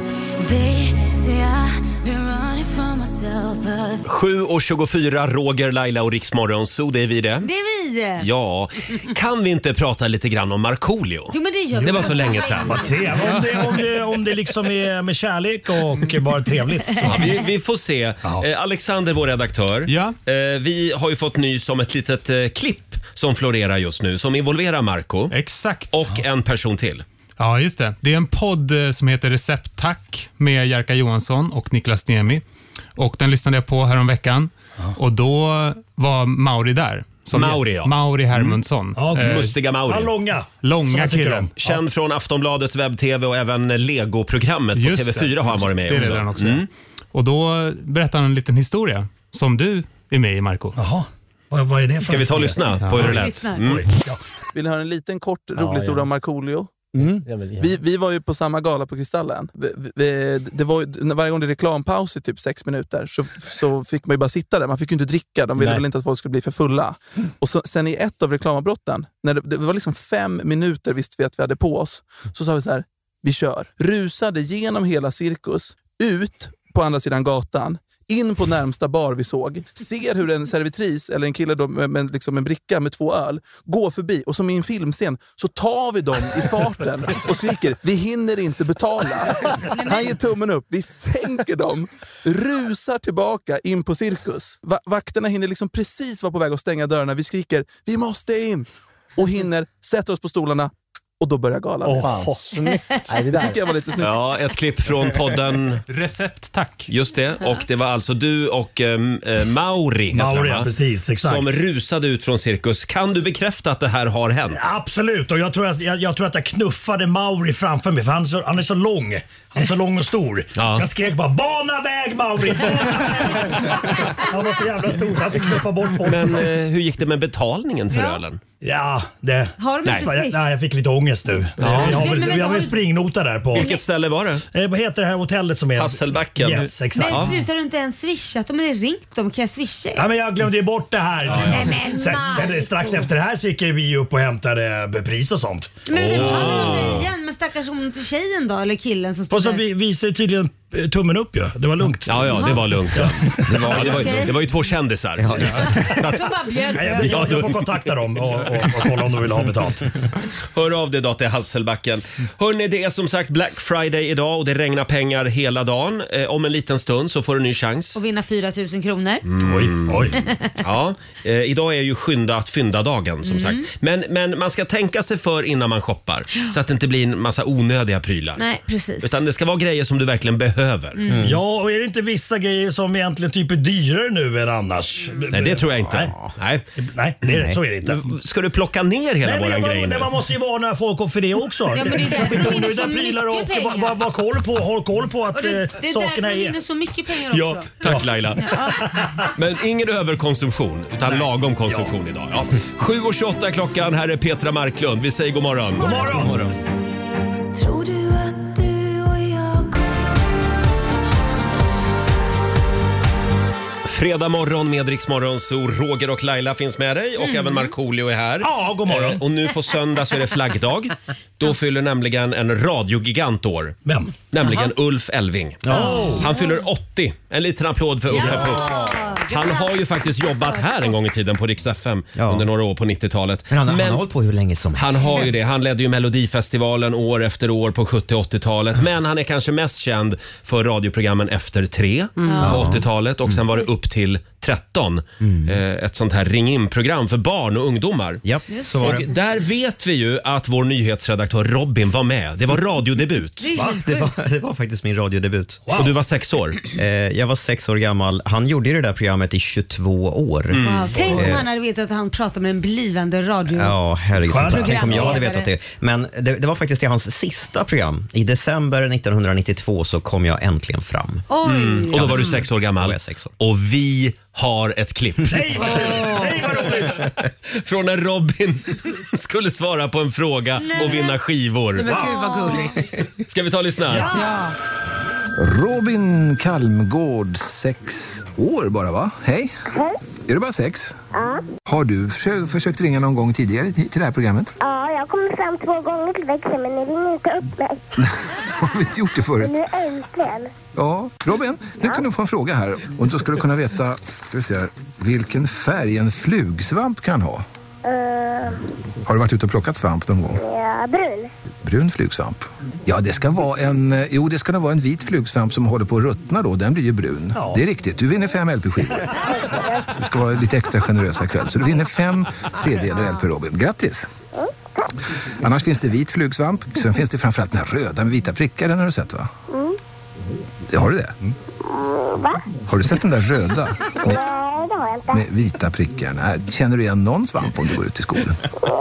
sju och tjugofyra, Roger, Laila och Riksmorgon, så det är vi det. Det är vi. Ja, kan vi inte prata lite grann om Markoolio? Jo, men det gör vi. Det var så länge sedan. Vad trevligt. Om det, om, det, om det liksom är med kärlek och bara trevligt. Ja, vi, vi får se. Eh, Alexander, vår redaktör. Ja. Eh, vi har ju fått nys om ett litet eh, klipp som florerar just nu som involverar Marco. Exakt. Och en person till. Ja, just det. Det är en podd eh, som heter Recept Tack med Jerka Johansson och Niklas Niemi. Och den lyssnade jag på häromveckan. Ja. Och då var Mauri där. Som Mauri, ja. Mauri Hermundsson. Mm. Ja, eh, mustiga Mauri. Ja, långa. Långa killen. Känd ja. från Aftonbladets webb-tv och även Lego-programmet på Just T V fyra det. har han varit med det också. Det är den också. Mm. Och då berättar han en liten historia som du är med i, Marco. Jaha. Vad, vad är det för Ska vi ta och lyssna ja. på hur det lät? Mm. Ja. Vill ni höra en liten kort rolig ja, historia ja. om Markoolio? Mm. Vi, vi var ju på samma gala på Kristallen. Vi, vi, det var ju, varje gång det är reklampaus i typ sex minuter så, så fick man ju bara sitta där. Man fick ju inte dricka, de ville Nej. väl inte att folk skulle bli för fulla. Och så, sen i ett av reklamavbrotten, när det, det var liksom fem minuter visst vi att vi hade på oss, så sa vi så här: vi kör. Rusade genom hela cirkus, ut på andra sidan gatan, in på närmsta bar vi såg, ser hur en servitris eller en kille då med, med liksom en bricka med två öl går förbi, och som i en filmscen så tar vi dem i farten och skriker: vi hinner inte betala. Han ger tummen upp, vi sänker dem, rusar tillbaka in på cirkus. Va- vakterna hinner liksom precis vara på väg att stänga dörrarna, vi skriker: vi måste in, och hinner, sätter oss på stolarna. Och då börjar galan. Oh, snyggt. Nej, det, det tycker jag var lite snyggt. Ja, ett klipp från podden Recept Tack. Just det, och det var alltså du och äh, Mauri, Mauri han, ja, precis, exakt. som rusade ut från cirkus. Kan du bekräfta att det här har hänt? Absolut, och jag tror att jag, jag, tror att jag knuffade Mauri framför mig, för han, så, han är så lång. Han är så lång och stor. Ja. Så jag skrek bara: bana väg Mauri, bana väg. Han var så jävla stor så han fick knuffa bort folk. Men eh, hur gick det med betalningen för Ja. ölen? Ja, det... Har de inte Nej. swish? Nej, jag fick lite ångest nu. Ja. Vi har Men- väl, men- vi har men- väl springnota där på... Vilket ställe var det? Eh, vad heter det här hotellet som är... Hasselbacken. Yes, exakt. Men slutar du inte ens swisha? Om det ringt dem, kan jag swisha? Ja, men jag glömde ju bort det här. Nej, men sen, sen, Marco. strax efter det här så gick vi upp och hämtade pris och sånt. Men det handlar om det igen, men stackars hon till tjejen då, eller killen som står Och så där. vi, visar ju tydligen eh, tummen upp ju. Det var lugnt. Ja, ja, det var lugnt. Ja. Det, var, ja, det, var, Okej. det var ju två kändisar. Ja, Så att, De bara bjöd Nej, jag, på. jag, jag får kontakta dem och, och, och kolla om de vill ha betalt. hör av dig då till Hasselbacken. Hörrni, det är som sagt Black Friday idag och det regnar pengar hela dagen. Eh, om en liten stund så får du en ny chans. Och vinna fyra tusen kronor. Mm. Oj, oj. Ja, eh, idag är ju skynda att fynda-dagen som Mm. sagt. Men, men man ska tänka sig för innan man shoppar. Så att det inte blir en massa onödiga prylar. Nej, precis. Utan det ska vara grejer som du verkligen behöver. Mm. Ja, och är det inte vissa grejer som egentligen typ är dyrare nu än annars? Nej, det tror jag inte. Nej, Nej. Nej det är, så är det inte. Ska du plocka ner hela Nej, men våran man, grej nu? nej, man måste ju varna folk för det också. Ja, men det är därför de vinner så prylar och mycket pengar. var, var koll på, håll koll på att Och det, eh, det är sakerna därför de är... vinner så mycket pengar också. Ja, tack Laila. Men ingen överkonsumtion, utan lagom konsumtion idag. Ja. sju och tjugoåtta är klockan, här är Petra Marklund. Vi säger god morgon. God morgon. God morgon. Tror du att du och jag Fredag morgon med Rix Morgon, så Roger och Laila finns med dig och även Markoolio är här. Ja, god morgon. Eh, och nu på söndag så är det flaggdag. Då fyller nämligen en radiogigant år. Vem? Nämligen Ulf Elving. Oh. Han fyller åttio. En liten applåd för Uffe Puff. Han har ju faktiskt jobbat här en gång i tiden på Rix F M Ja. under några år på nittiotalet. Men han, han har hållit på hur länge som Han har ju det. Han ledde ju Melodifestivalen år efter år på sjuttio- och åttiotalet. Men han är kanske mest känd för radioprogrammen Efter tre på åttiotalet och sen var det Upp till tretton. Eh, Ett sånt här ring in-program för barn och ungdomar. Japp, så var Och det. där vet vi ju att vår nyhetsredaktör Robin var med. Det var radiodebut. Det är helt Det sjukt. var, det var faktiskt min radiodebut. Och du var sex år. Eh, jag var sex år gammal. Han gjorde ju det där programmet i tjugotvå år. Wow. Tänk om Eh, han hade vetat att han pratar med en blivande radio. Ja, herregud. Stjärna. Tänk om jag hade vetat det. Men det, det var faktiskt det hans sista program. I december nittonhundranittiotvå så kom jag äntligen fram. Oj. Och då var du sex år Då gammal. var jag sex år. Och vi har ett klipp. Nej, vad, nej, vad roligt! Från när Robin skulle svara på en fråga Nej. och vinna skivor. Men gud vad gulligt. Ska vi ta och lyssna? Ja. Robin Kalmgård, sex år bara va? Hej. Hej. Är du bara sex? Ja. Har du försökt, försökt ringa någon gång tidigare till, till det här programmet? Ja, jag kommer fram två gånger till växeln men ni ringer inte upp mig. Har vi inte gjort det förut? Nu äntligen. Ja, Robin, nu kan du få en fråga här. Och då ska du kunna veta, ska vi se här, vilken färg en flugsvamp kan ha. Uh, Har du varit ute och plockat svamp någon gång? ja, brun. Brun flugsvamp. Ja, det ska vara en, eh, jo, det ska nog vara en vit flugsvamp som håller på att ruttna då. Den blir ju brun. Ja. Det är riktigt. Du vinner fem L P-skivor. Vi ska vara lite extra generösa ikväll. Så du vinner fem C D eller L P, Robin. Grattis! Annars finns det vit flugsvamp. Sen finns det framförallt den här röda med vita prickar. Den har du sett, va? Mm. Har du det? Mm, va? Har du sett den där röda? Med, Nej, det har jag inte. med vita prickar. Nej, känner du igen någon svamp om du går ut i skogen?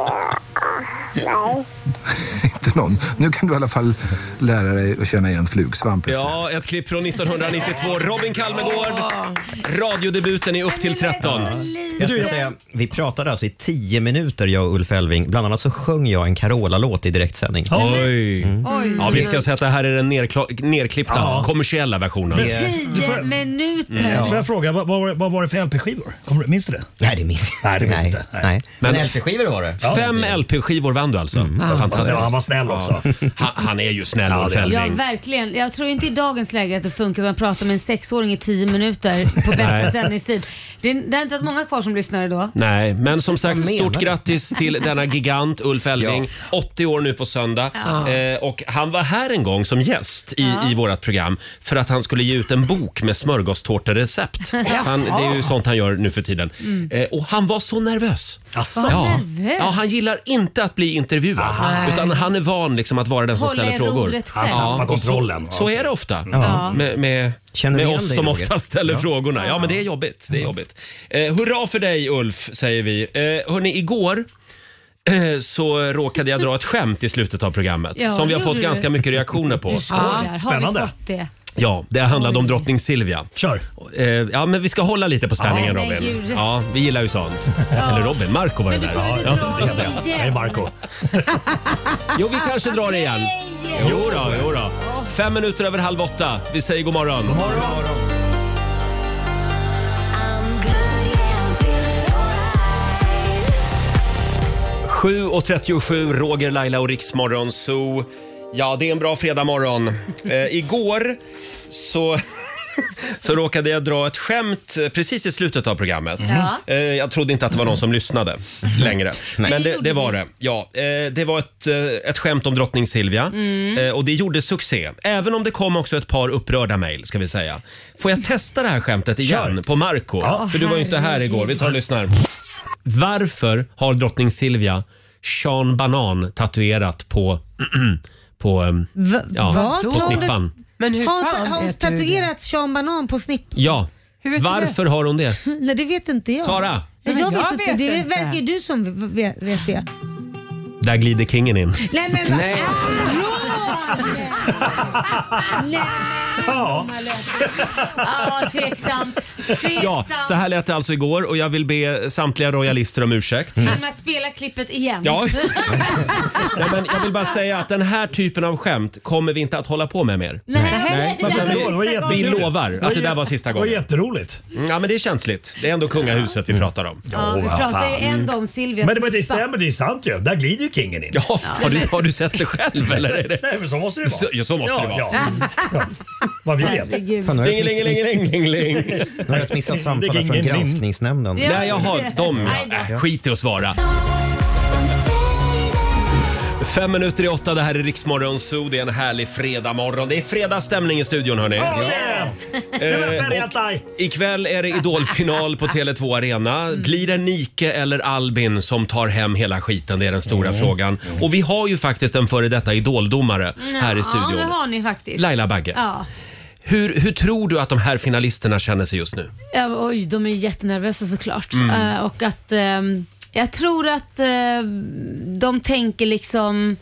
Nej. Inte någon. Nu kan du i alla fall lära dig att känna igen flugsvamp. Ja, ett klipp från nittonhundranittiotvå. Robin Kalmegård. Radiodebuten är upp till tretton. Jag ska säga, vi pratade alltså i tio minuter, jag och Ulf Elving. Bland annat så sjöng jag en Carola-låt i direktsändning. Oj. Mm. Oj. Ja, vi ska säga att det här är den nerkla- nerklippta, Ja. kommersiella versionen. Tio minuter. Mm. Ja. Får jag fråga, vad, vad, var det- vad var det för L P-skivor? Kommer du- Minns du det? Nej, det minns jag. Nej, det minns Nej. inte. Nej. Nej. Men Men L P-skivor var det. Ja, Fem det- L P-skivor vann du alltså. Mm. Fantastiskt. Ja, han var snäll också. Ja. Han, han är ju snäll, Ja, Ulf det är han. Ja, Elving. verkligen. Jag tror inte i dagens läge att det funkar att man pratar med en sexåring i tio minuter på bästa Nej. sändningstid. Det, det har inte varit många kvar som lyssnar idag. Nej, men som sagt, Vad menar stort du? grattis till denna gigant Ulf Elving. åttio år nu på söndag. Ja. Eh, och han var här en gång som gäst i, Ja. i vårt program för att han skulle ge ut en bok med smörgåstårterecept. Han, det är ju sånt han gör nu för tiden. Eh, och han var så nervös. Asså? Vad Ja. nervös. ja, han gillar inte att bli intervjuad. Utan han är van liksom att vara den som Hålla ställer i frågor. rodret Han själv. tappar och kontrollen. Så, så är det ofta Ja. med, med, Känner med du igen oss dig, som Roger? ofta ställer Ja. frågorna. Ja, men det är jobbigt. Det är jobbigt. Eh, hurra för dig, Ulf, säger vi. Eh, hörni, igår eh, så råkade jag dra ett skämt i slutet av programmet Ja, som vi har gjorde fått du. ganska mycket reaktioner på. Du skojar. Har vi spännande. fått det? Ja, det handlade om drottning Silvia. Kör. Eh, ja, men vi ska hålla lite på spänningen, Ja, Robin. herregud. Ja, vi gillar ju sånt. Eller Robin, Marco var det Men du där. får inte Ja. dra det heter jag. igen. Jag är Marco. Jo, vi kanske drar det igen. Nej. Jo då, jo då. Fem minuter över halv åtta. Vi säger god morgon. God morgon. sju och trettiosju, Roger, Laila och Riksmorgon Zoo. Ja, det är en bra fredagmorgon. Eh, igår så, så råkade jag dra ett skämt precis i slutet av programmet. Ja. Eh, jag trodde inte att det var någon som lyssnade längre. Men det, gjorde det var vi. det. Ja, eh, det var ett, eh, ett skämt om drottning Silvia. Mm. Eh, och det gjorde succé. Även om det kom också ett par upprörda mejl, ska vi säga. Får jag testa det här skämtet igen Kör. på Marco? Ja. För du var ju inte här igår. Vi tar och lyssnar. Varför har drottning Silvia Sean Banan tatuerat på på, um, Va, ja, vad? på snippan? Men hur Har, fan har hon vet du det? tatuerat Sean Banan på snipp? Ja. Hur vet du Varför har hon det? Nej, det vet inte jag. Svara! Jag, men vet, jag inte. vet Det inte. verkar ju du som vet, vet det. Där glider kingen in. Nej men vad Nej. Nej. Ja. Ja, tveksamt. Tveksamt. Ja, så här lät det alltså igår och jag vill be samtliga royalister om ursäkt. Kan man spela klippet igen? Ja. Nej, men jag vill bara säga att den här typen av skämt kommer vi inte att hålla på med mer. Nej. Nej. Varför Nej. då? Det var Vi jätteroligt. lovar att det där var sista Det var gången. jätteroligt. Ja, men det är känsligt. Det är ändå kungahuset vi pratar om. Ja, vi vad pratar ju fan. ändå om Silvias Men det, men det snippa. stämmer, det är sant ju. Där glider ju kingen in. Ja, har du, har du sett det själv eller? Är det? Nej, men så måste det vara. Så, ja, så måste ja, det vara. Ja. Ja. Vad vi vet. Herregud. Fan, nu har jag ett miss- Ling-ling-ling-ling-ling. nu har jag ett missat samtal Det är från ingen- granskningsnämnden. Ja. Nej, jaha, de Nej då. ja. Äh, skit i att svara. Fem minuter i åtta, det här är Riksmorgon Zoo. Det är en härlig fredagmorgon. Det är fredagsstämning i studion, hörni. Oh, yeah. Eh, och ikväll är det idolfinal på Tele två Arena. Blir det Nike eller Albin som tar hem hela skiten? Det är den stora frågan. Och vi har ju faktiskt en före detta idoldomare här i Ja, studion. det har ni faktiskt. Laila Bagge. Ja. Hur, hur tror du att de här finalisterna känner sig just nu? Ja, oj, de är jättenervösa såklart. Mm. Eh, och att ehm, jag tror att eh, de tänker liksom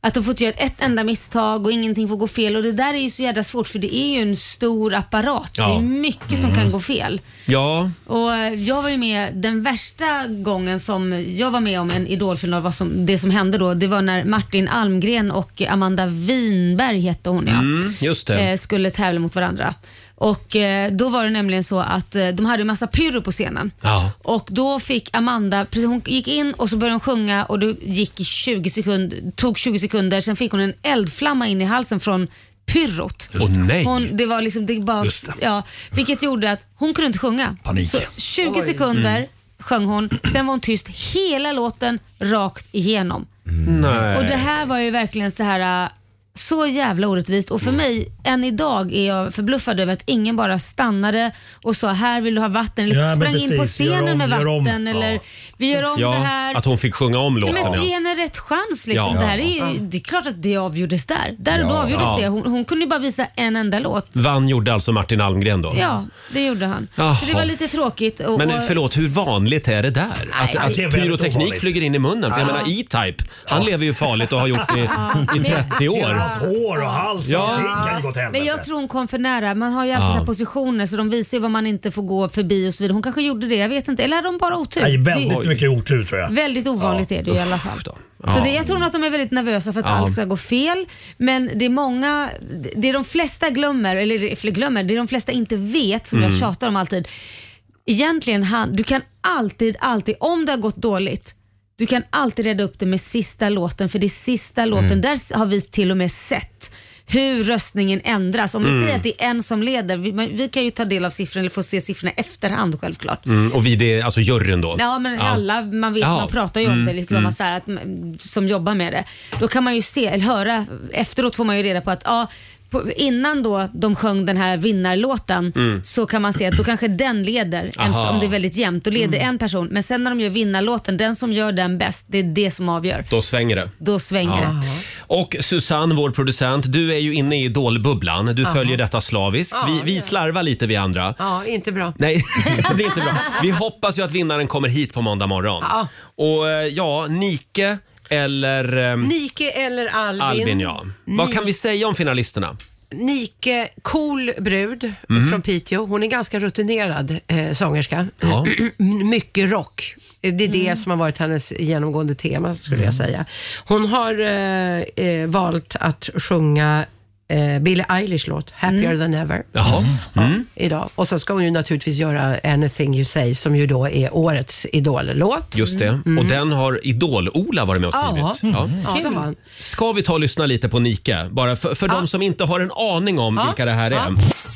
Att de får göra ett enda misstag och ingenting får gå fel. Och det där är ju så jävla svårt för det är ju en stor apparat. Ja. Det är mycket som mm. kan gå fel. Ja. Och jag var ju med den värsta gången som jag var med om en idolfinal. Vad som, det som hände då, det var när Martin Almgren och Amanda Winberg hette hon ja. Mm, just det. Skulle tävla mot varandra. Och eh, då var det nämligen så att eh, de hade en massa pyro på scenen. Ja. Och då fick Amanda, precis, hon gick in och så började hon sjunga och det gick tjugo sekunder, tog tjugo sekunder. Sen fick hon en eldflamma in i halsen från pyrrot. Åh oh, nej. Hon, det var liksom, det bara, Just det. Ja, vilket gjorde att hon kunde inte sjunga. Panik. Så tjugo Oj. sekunder mm. sjöng hon, sen var hon tyst hela låten rakt igenom. Mm. Nej. Och det här var ju verkligen så här... Så jävla orättvist och för mig än idag är jag förbluffad över att ingen bara stannade och sa här vill du ha vatten eller ja, sprang precis. in på scenen om, med vatten eller ja. vi gör om ja, det här. Att hon fick sjunga om låten. Men ja. ge henne rätt chans liksom. Ja. Det här är ju, det är klart att det avgjordes där. Där och ja. då avgjordes ja. det. Hon, hon kunde ju bara visa en enda låt. Vann gjorde alltså Martin Almgren då? Ja, det gjorde han. Jaha. Så det var lite tråkigt. Och, men och, förlåt, hur vanligt är det där? Nej, att att det pyroteknik flyger in i munnen. För jag ja. menar E-Type, han ja. lever ju farligt och har gjort det i, i trettio år. Deras hår och hals. Ja. Ja. Men jag tror hon kom för nära. Man har ju alltid ja. positioner så de visar ju vad man inte får gå förbi och så vidare. Hon kanske gjorde det, jag vet inte. Eller hade de bara otur? Nej, väldigt det, mycket otur tror jag. Väldigt ovanligt ja. är det i alla fall. Ja. Så det, jag tror att de är väldigt nervösa för att ja. allt ska gå fel. Men det är många, det är de flesta glömmer, eller glömmer, det är de flesta inte vet som mm. jag tjatar om alltid. Egentligen, han, du kan alltid, alltid, om det har gått dåligt, du kan alltid rädda upp det med sista låten. För det är sista låten, mm. där har vi till och med sett hur röstningen ändras. Om vi mm. säger att det är en som leder, vi, vi kan ju ta del av siffrorna eller få se siffrorna efterhand självklart. Mm, och vi det, alltså juryn då? Ja, men ja. alla, man vet, ja. man pratar ju om mm. det liksom, mm. så här, att, som jobbar med det. Då kan man ju se, eller höra, efteråt får man ju reda på att ja, på, innan då de sjöng den här vinnarlåten mm. så kan man se att då kanske den leder, en, om det är väldigt jämnt, då leder mm. en person. Men sen när de gör vinnarlåten, den som gör den bäst, det är det som avgör. Då svänger det. Då svänger ja. det. Och Susanne, vår producent, du är ju inne i idolbubblan. Du Aha. följer detta slaviskt. Ja, vi, vi slarvar lite vi andra. Ja, inte bra. Nej, det är inte bra. Vi hoppas ju att vinnaren kommer hit på måndag morgon. Ja. Och ja, Nike eller... Um, Nike eller Albin. Albin, ja. Ni- Vad kan vi säga om finalisterna? Nike, cool brud Mm. från Piteå. Hon är ganska rutinerad eh, sångerska. Ja. Mycket rock. Det är det Mm. som har varit hennes genomgående tema, skulle jag säga. Hon har eh, eh, valt att sjunga eh, Billie Eilish låt Happier Mm. than ever. Jaha. Mm. Ja, idag. Och så ska hon ju naturligtvis göra Anything You Say, som ju då är årets idollåt. Just det. Mm. Och den har Idol-Ola varit med och skrivit. Ja. Ja, det har han. Ska vi ta och lyssna lite på Nike? Bara för, för Ja. de som inte har en aning om Ja. vilka det här är. Ja.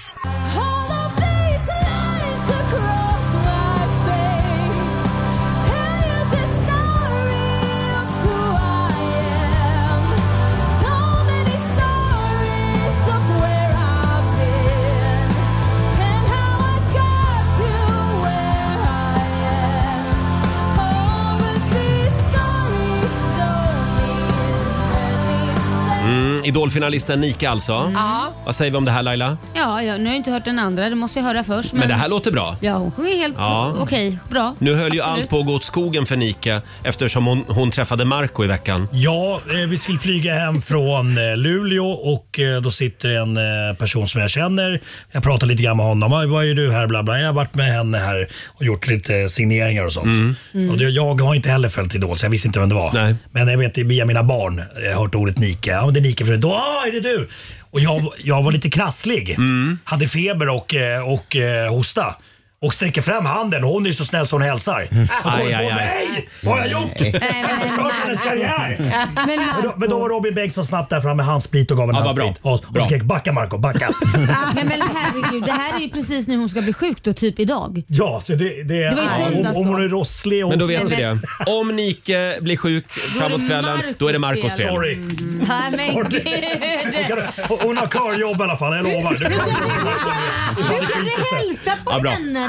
Idolfinalisten Nike alltså. Ja. Vad säger vi om det här, Laila? Ja, jag, nu har jag inte hört den andra, det måste jag höra först. Men, Men det här låter bra. Ja, hon sjunger helt Ja. okej, bra. Nu höll ju Absolut. allt på att gå åt skogen för Nike eftersom hon, hon träffade Marco i veckan. Ja, eh, vi skulle flyga hem från eh, Luleå och eh, då sitter en eh, person som jag känner. Jag pratar lite grann med honom. Vad vad är du här? Bla, bla. Jag har varit med henne här och gjort lite signeringar och sånt. Mm. Mm. Och det, jag har inte heller följt Idol så jag visste inte vem det var. Nej. Men jag vet via mina barn, jag har hört ordet Nike. Ja, det är Nike för då, ah, är det du? Och jag, jag var lite krasslig. Mm. Hade feber och, eh, och eh, hosta. Och sträcker fram handen och hon är så snäll som hon hälsar. Mm. Och då, Aj, aj, aj. nej! Vad har jag gjort? Nej, Jag har förstört hennes karriär. Men, Men då, men då var Robin Bengtsson snabbt där framme med handsprit och gav en Ja, vad handsprit. bra. Och, och Bra. skrek backa Marco, backa. Nej, men herregud, det här är ju precis när hon ska bli sjuk då, typ idag. Ja, så det, det, Det var ju om, söndags om då. hon är rosslig och... Men då vet vi Men- det. Om Nike blir sjuk framåt kvällen, då är det Marcos fel. Sorry. Nej, men Hon, gud. kan, hon har körjobb i alla fall, jag lovar. Du kan, Du kan hälsa på Ja, bra. henne.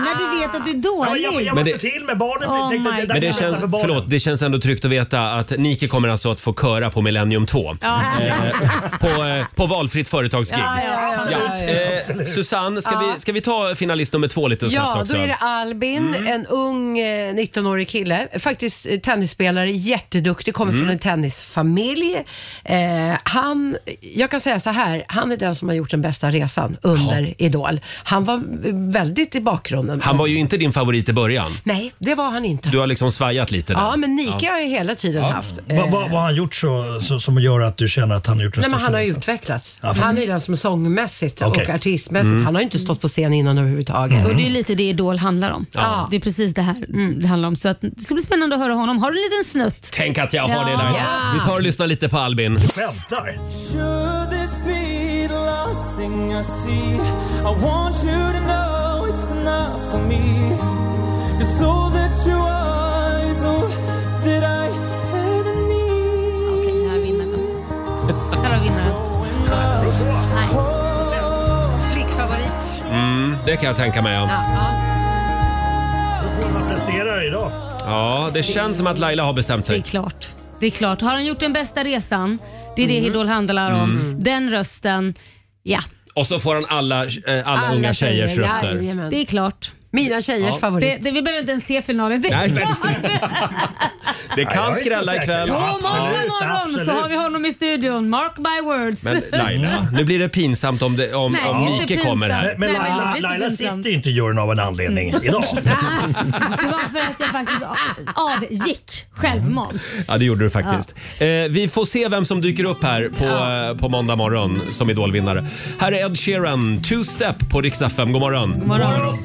när du vet att du är Ja, dålig. jag, jag Men måste det- till med barnen. Oh tänkte, my det, där Men det kan jag berätta för känns, barnen. förlåt, det känns ändå tryggt att veta att Nike kommer alltså att få köra på Millennium två. Ja. Eh, på, eh, på valfritt företagsgig. Ja, ja, ja. Ja. Eh, Susanne, ska, Ja. vi, ska vi ta finalist nummer två lite snabbt Ja, också? då är det Albin, en ung eh, nittonårig kille. Faktiskt eh, tennisspelare, jätteduktig, kommer Mm. från en tennisfamilj. Eh, han, jag kan säga så här, han är den som har gjort den bästa resan under Idol. Han var eh, väldigt i bakgrunden. Han var ju inte din favorit i början. Nej, det var han inte. Du har liksom svajat lite där. Ja, men Nike har jag hela tiden haft. Vad vad- vad har han gjort så, så, som gör att du känner att han har gjort den Nej, men största han har ju resan? utvecklats. Ja, för- Han är den som är sångmässigt Okej. och artistmässigt. Mm. Han har ju inte stått på scen innan överhuvudtaget. Och det är lite det Idol handlar om. Ja. Det är precis det här det handlar om. Så att det ska bli spännande att höra honom. Har du en liten snutt? Tänk att jag har Ja. det där. Ja. Vi tar och lyssnar lite på Albin. Skämtar? Should this be the last thing I see? I want you to know it's enough for me. Just so that your eyes, oh, that I ever need. Okej, här vinner den. Här har vinnaren. Nej. Flickfavorit. Mm, det kan jag tänka mig. Ja. Ja, ja. Hur man presterar idag? Ja, det känns som att Laila har bestämt Det är sig. klart. Det är klart. Har han gjort den bästa resan? Det är det Mm. Idol handlar om. Den rösten, ja. Och så får han alla, eh, alla, unga tjejers tjejer, röster. jajamän. Det är klart. Mina tjejers Ja. favorit. Det, det, vi behöver inte ens se finalen. Det är Nej, men- klart. Det Nej, jag är kan inte så skrälla säker. ikväll. Ja. God morgon, Absolut, morgon så absolut. har vi honom i studion. Mark my words. Men Laila, nu blir det pinsamt om, det, om, Nej, om inte Nike kommer här. Men, men Nej, men Laila, lite Laila pinsamt. sitter ju inte i juryn av en anledning idag. Det var för att jag faktiskt av- avgick självmant. Ja, det gjorde du faktiskt. Eh, vi får se vem som dyker upp här på, eh, på måndag morgon som idolvinnare. Här är Ed Sheeran, Two Step på Rix F M. God morgon. God morgon.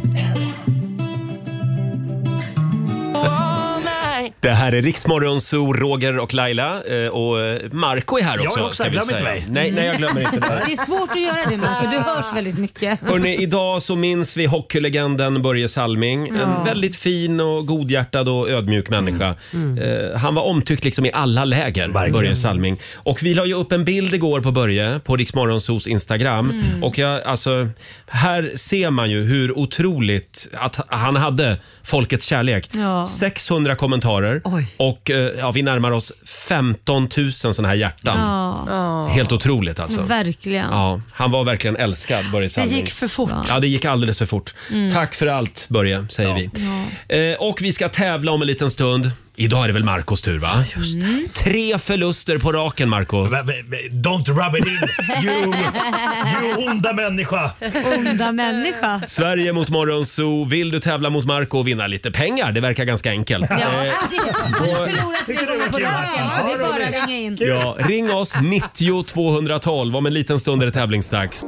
Det här är Riksmorgon, så Roger och Laila eh, och eh, Marco är här Jag är också. också, ska vi glöm inte säga. mig. Nej, nej, jag glömmer inte det. Det är svårt att göra det, Marco. Du hörs väldigt mycket. Hörrni, idag så minns vi hockeylegenden Börje Salming. En Ja. väldigt fin och godhjärtad och ödmjuk människa. Eh, han var omtyckt liksom i alla läger, Verkligen. Börje Salming. Och vi la ju upp en bild igår på Börje på Riksmorgonsos Instagram. Och jag, alltså, här ser man ju hur otroligt att han hade folkets kärlek. Ja. sexhundra kommentarer Oj. och eh, ja, vi närmar oss femton tusen såna här hjärtan. Ja, Helt otroligt alltså. verkligen. Ja, han var verkligen älskad, Börje Det Salming. gick för fort. Ja, det gick alldeles för fort. Tack för allt, Börje, säger vi. Eh, och vi ska tävla om en liten stund. Idag är det väl Marcos tur, va? Just det. Tre förluster på raken, Marco. V- v- v- Don't rub it in, you, you onda människa. Onda människa. Sverige mot Morgonzoo. Vill du tävla mot Marco och vinna lite pengar? Det verkar ganska enkelt. Ja, Eh, du har förlorat tre gånger på raken, så det är bara att ringa in. ja, ring oss nittio tvåhundratolv. Om en liten stund är det tävlingsdags.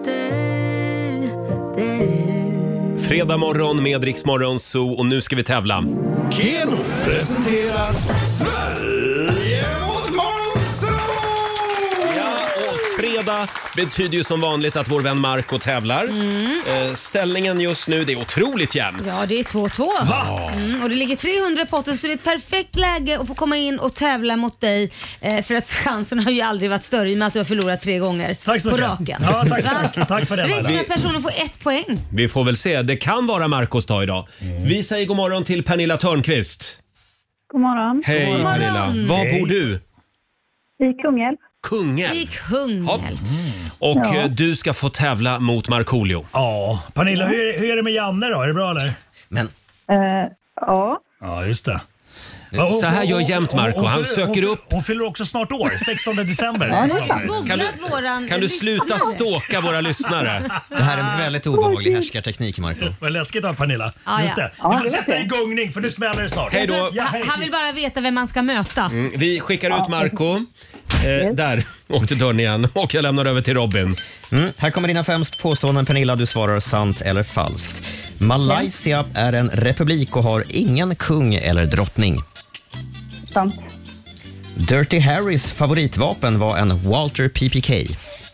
Fredag morgon med Rix Morgonzoo och nu ska vi tävla. Keno presenterar Sverige mot Morgonzoo! Ja, och fredag betyder ju som vanligt att vår vän Marco tävlar. Eh, ställningen just nu, det är otroligt jämnt. Ja, det är två två. Mm, och det ligger trehundra i potten, så det är ett perfekt läge att få komma in och tävla mot dig. Eh, för att chansen har ju aldrig varit större i och med att du har förlorat tre gånger Tack så på mycket. raken. Ja, tack, Va? tack, tack för det, Räcker Laila. med att personen får ett poäng. Vi får väl se. Det kan vara Marcos dag idag. Vi säger god morgon till Pernilla Törnqvist. God morgon. Hej God morgon. Pernilla. Var Hej. bor du? I Kungälv. Kungälv. I Kungälv. Och Ja. eh, du ska få tävla mot Markoolio. Ja, Pernilla, hur är, hur är det med Janne då? Är det bra eller? Men Eh, ja. Ja, just det. Så här gör jämt Marco. Hon- hon Han fyller- söker hon, upp. Hon fyller också snart år, sextonde december. Ja, nu har jag Kan googlat du- våran Kan du sluta lyssnare. stalka våra lyssnare? det här är en väldigt obehaglig härskarteknik, Marco. Vad läskigt av Pernilla. Ja, Just ja. det. Ja, Vi får det sätta vet igång för nu smäller det snart. Hej då. Ja, hej. Han vill bara veta vem man ska möta. Mm, vi skickar ut Marco. Eh, där åkte dörren igen. Och jag lämnar över till Robin. Mm, här kommer dina fem påståenden, Pernilla. Du svarar sant eller falskt. Malaysia är en republik och har ingen kung eller drottning. Sant. Dirty Harrys favoritvapen var en Walter P P K.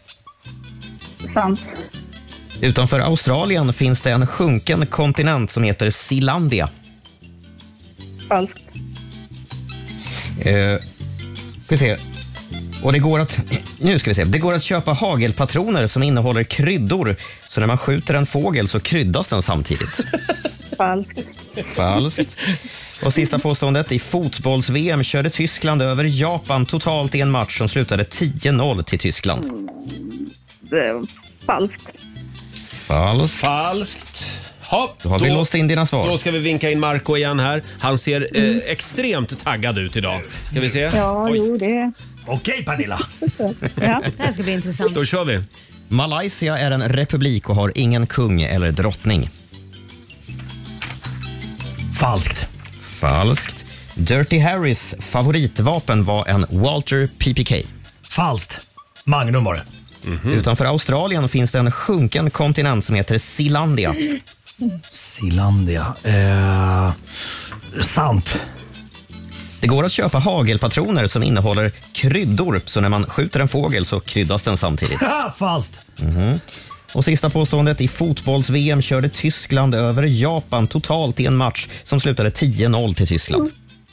Sant. Utanför Australien finns det en sjunken kontinent som heter Sealandia. Falskt. Eh, ska vi se. Och det går att nu ska vi se. Det går att köpa hagelpatroner som innehåller kryddor, så när man skjuter en fågel så kryddas den samtidigt. Falskt. Falskt. Och sista påståendet. I fotbolls-V M körde Tyskland över Japan totalt i en match som slutade tio noll till Tyskland. Mm. Falskt. Falskt. Falskt. Ha, då har vi låst in dina svar. Då ska vi vinka in Marco igen här. Han ser eh, extremt taggad ut idag. Ska vi se? Ja, Oj. jo det. Okej, Pernilla. Ja. Det här ska bli intressant. Då kör vi. Malaysia är en republik och har ingen kung eller drottning. Falskt. Falskt. Dirty Harrys favoritvapen var en Walter P P K. Falskt. Magnum var det. Mm-hmm. Utanför Australien finns det en sjunken kontinent som heter Zeelandia. Zeelandia. Eh, sant. Det går att köpa hagelpatroner som innehåller kryddor, så när man skjuter en fågel så kryddas den samtidigt. Falskt. Mm-hmm. Och sista påståendet. I fotbolls-V M körde Tyskland över Japan totalt i en match som slutade tio noll till Tyskland.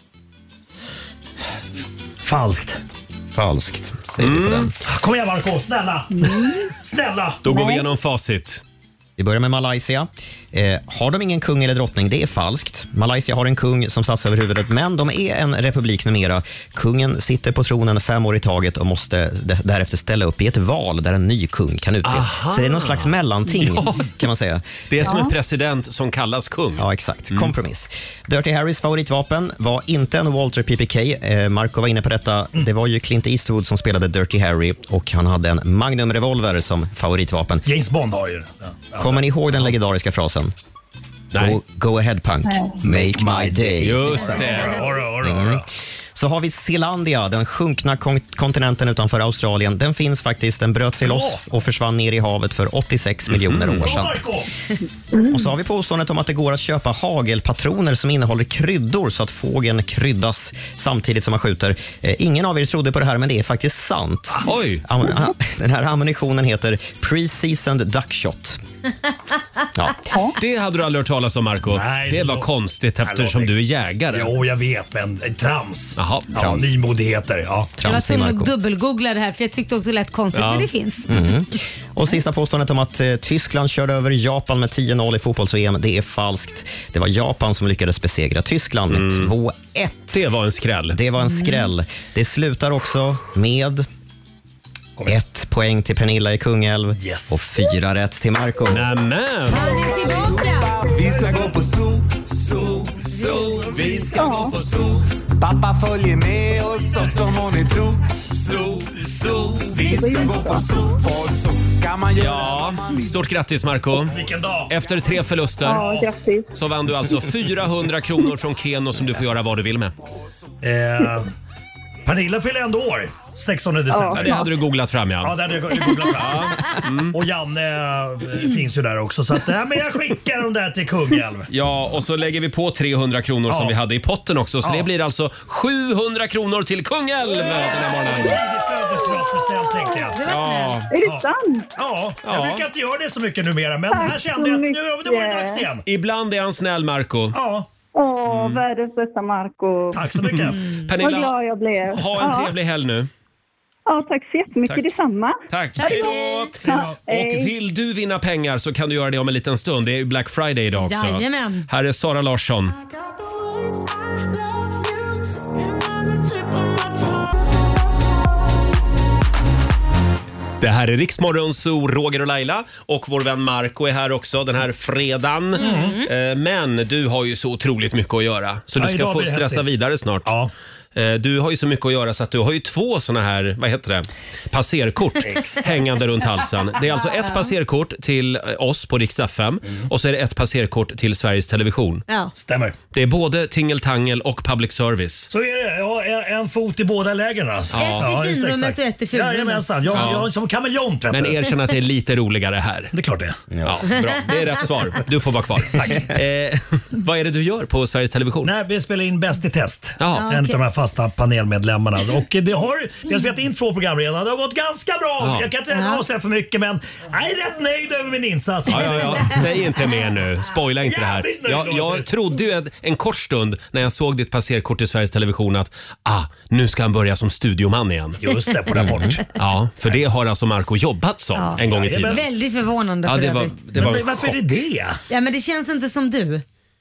Falskt. Falskt. Säger vi för den. Kom igen Marco, snälla. Snälla. Då går vi igenom facit. Vi börjar med Malaysia. Eh, har de ingen kung eller drottning? Det är falskt. Malaysia har en kung som satsar över huvudet, men de är en republik numera. Kungen sitter på tronen fem år i taget och måste d- därefter ställa upp i ett val där en ny kung kan utses. Aha. Så det är någon slags mellanting, Ja. kan man säga. Det är som Ja. en president som kallas kung. Ja, exakt. Kompromiss. Dirty Harrys favoritvapen var inte en Walter P P K. Eh, Marco var inne på detta. Det var ju Clint Eastwood som spelade Dirty Harry och han hade en Magnum revolver som favoritvapen. James Bond har ju ja. Ja. Kommer ni ihåg den legendariska frasen? Nej. Go, go ahead punk, make my day. Just det. Mm. Så har vi Zeelandia, den sjunkna kon- kontinenten utanför Australien. Den finns faktiskt, den bröt sig loss och försvann ner i havet för åttiosex miljoner år sedan. Och så har vi påståendet om att det går att köpa hagelpatroner som innehåller kryddor så att fågeln kryddas samtidigt som man skjuter. Eh, ingen av er trodde på det här, men det är faktiskt sant. Oj! Am- ah, den här ammunitionen heter Pre-Seasoned Duckshot. Ja. Det hade du aldrig hört talas om, Marco. Nej, det det var lå- konstigt eftersom Nej, du är jägare. Jo, jag vet, men eh, trams. Jaha, Ja, trams. nymodigheter. Ja. Jag var tvungen att dubbelgoogla det här för jag tyckte också det lät konstigt, Ja. men det finns. Mm. Och sista påståendet om att eh, Tyskland körde över Japan med tio noll i fotbolls-V M, det är falskt. Det var Japan som lyckades besegra Tyskland med Mm. två ett. Det var en skräll. Det var en Mm. skräll. Det slutar också med ett poäng till Pernilla i Kungälv och fyra rätt till Marco. Nämen! Han är tillbaka! Vi ska gå på zoo, zoo, zoo. Vi ska gå på zoo. Pappa följer med oss också må ni tro. Zoo, zoo. Vi ska gå på zoo, på zoo. Kan man göra Ja, stort grattis Marco. Vilken dag. Efter tre förluster Ja, grattis. så vann du alltså fyrahundra kronor från Keno som du får göra vad du vill med. Eh, Pernilla fyller ändå år. sextonde december. Ja, det hade du googlat fram, ja. Ja, det hade jag googlat fram. Och Janne eh, finns ju där också. Så att, ja, men jag skickar dem där till Kungälv. Ja, och så lägger vi på trehundra kronor som Ja. vi hade i potten också. Så Ja. det blir alltså sjuhundra kronor till Kungälv den här morgonen. Födelsedagspresent tänkte jag. Ja. Är det sant? Ja, jag Ja. brukar inte göra det så mycket numera. Men Tack här kände så jag att nu, mycket. nu var det dags igen. Ibland är han snäll, Marco. Ja. Åh, världens bästa Marco. Tack så mycket. Vad Pernilla, glad jag blev. ha en Ja. trevlig helg nu. Ja, tack så jättemycket. Tack. Detsamma. Tack. Hej då! Ja, hej. Och vill du vinna pengar så kan du göra det om en liten stund. Det är ju Black Friday idag också. Jajamän. Här är Sara Larsson. Det här är Riksmorgon Zoo, Roger och Laila och vår vän Marco är här också den här fredagen. Mm. Eh, Men du har ju så otroligt mycket att göra så Ja, du ska idag få blir det stressa häftigt. vidare snart. Ja. Eh, Du har ju så mycket att göra så att du har ju två såna här, vad heter det, passerkort hängande runt halsen. Det är alltså ett passerkort till eh, oss på Rix F M och så är det ett passerkort till Sveriges Television. Ja. Stämmer. Det är både tingeltangel och public service. Så är det. Ja, en- en fot i båda lägena. Alltså. Ja. Ett i just det, finrummet exakt. och ett i fulrummet. Jajamensan. Jag, Ja. jag är som kameleont. vet Men du. erkänn att det är lite roligare här. Det är klart det. Ja, bra. Det är rätt svar. Du får vara kvar. Tack. Eh, vad är det du gör på Sveriges Television? Nej, vi spelar in Bäst i test. Ja. En okej. av de här fasta panelmedlemmarna. Och det har, vi har spelat in två program redan. Det har gått ganska bra. Ja. Jag kan inte säga avslöja för mycket, men jag är rätt nöjd över min insats. Ja, ja, ja. Säg inte mer nu. Spoila inte det här. Jävligt nöjd, Jag, jag Lars. trodde ju en, en kort stund när jag såg ditt passerkort i Sveriges Television att ah, nu ska han börja som studioman igen. Just det, på Rapport. Ja, för det har alltså Marco jobbat som Ja. en gång i tiden. Jajamän. Väldigt förvånande Ja, för det var, övrigt. det var Men en varför är chock. det det? Ja, men det känns inte som du.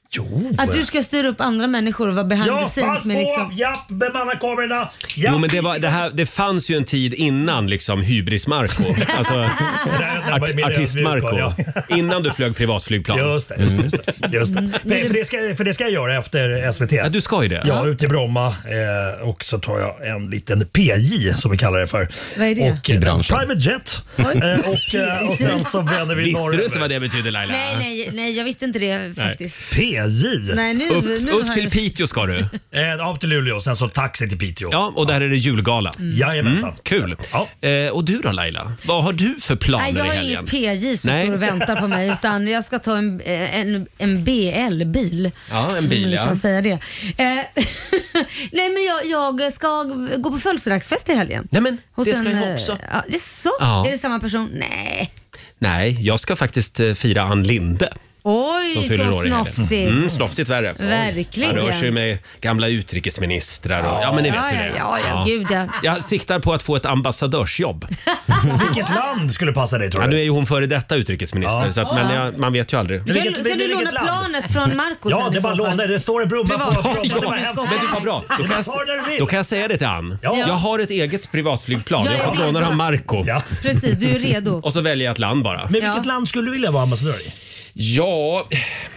Jo. Att du ska styra upp andra människor och vara behind Ja, the scenes pass med på! liksom... Japp, bemanna kamerorna! Japp. Jo, men det, var, det, här, det fanns ju en tid innan liksom Hybris Marco. Alltså art, artist Marco. Ja. Innan du flög privatflygplan. Just det, just det. Just det. Just det. Mm. För, för, det ska, för det ska jag göra efter S V T. Ja, du ska ju det. Ja, ut i Bromma eh, och så tar jag en liten P J som vi kallar det för. Vad är det? Och eh, en private jet. Eh, och, eh, och sen så vänder vi Visste norröver. du inte vad det betyder, Laila? Nej, nej, nej, jag visste inte det faktiskt. P J? Nej, nu, upp nu upp har till jag... Piteå ska du. Eh, upp till Luleå, sen så taxi till Piteå. Ja, och där är det julgala. Mm. Jajamensan. Mm, kul. Ja. Eh, och du då, Laila? Vad har du för planer Nej, jag i har helgen? inget P J som Nej. står och väntar på mig utan jag ska ta en, en, en B L-bil. Ja, en bil, Om vi ja. kan säga det. Eh, Nej, men jag, jag ska gå på födelsedagsfest i helgen. Nej, men Hos det ska en, jag också. Ja, det är så? Ja. Är det samma person? Nej. Nej, jag ska faktiskt eh, fira Ann Linde. Som Oj, fyller så år i helgen. snofsigt. Mm, snofsigt värre. Verkligen. Jag rör sig med gamla utrikesministrar och, ja men ni vet Ja, hur ja, det är. ja, ja, gud, ja. Jag siktar på att få ett ambassadörsjobb. Vilket land skulle passa dig tror Ja, du? nu är ju hon före detta utrikesminister, Ja. så att, men jag, man vet ju aldrig. Kan, Vilket- kan vilket du låna land? planet från Marcus? Ja, sen det i är bara så fall? låna. Det står i Bromma på Privat. Bromma. Ja, Det är bara men hämta. Men du, vad bra. Då kan, Men ta när du jag, vill. då kan jag säga det till Ann. Ja. Jag har ett eget privatflygplan. Ja, Jag har fått ja. låna av Marco. Ja. Precis, du är redo. Och så väljer jag ett land bara. Men vilket Ja. land skulle du vilja vara ambassadör i? Ja,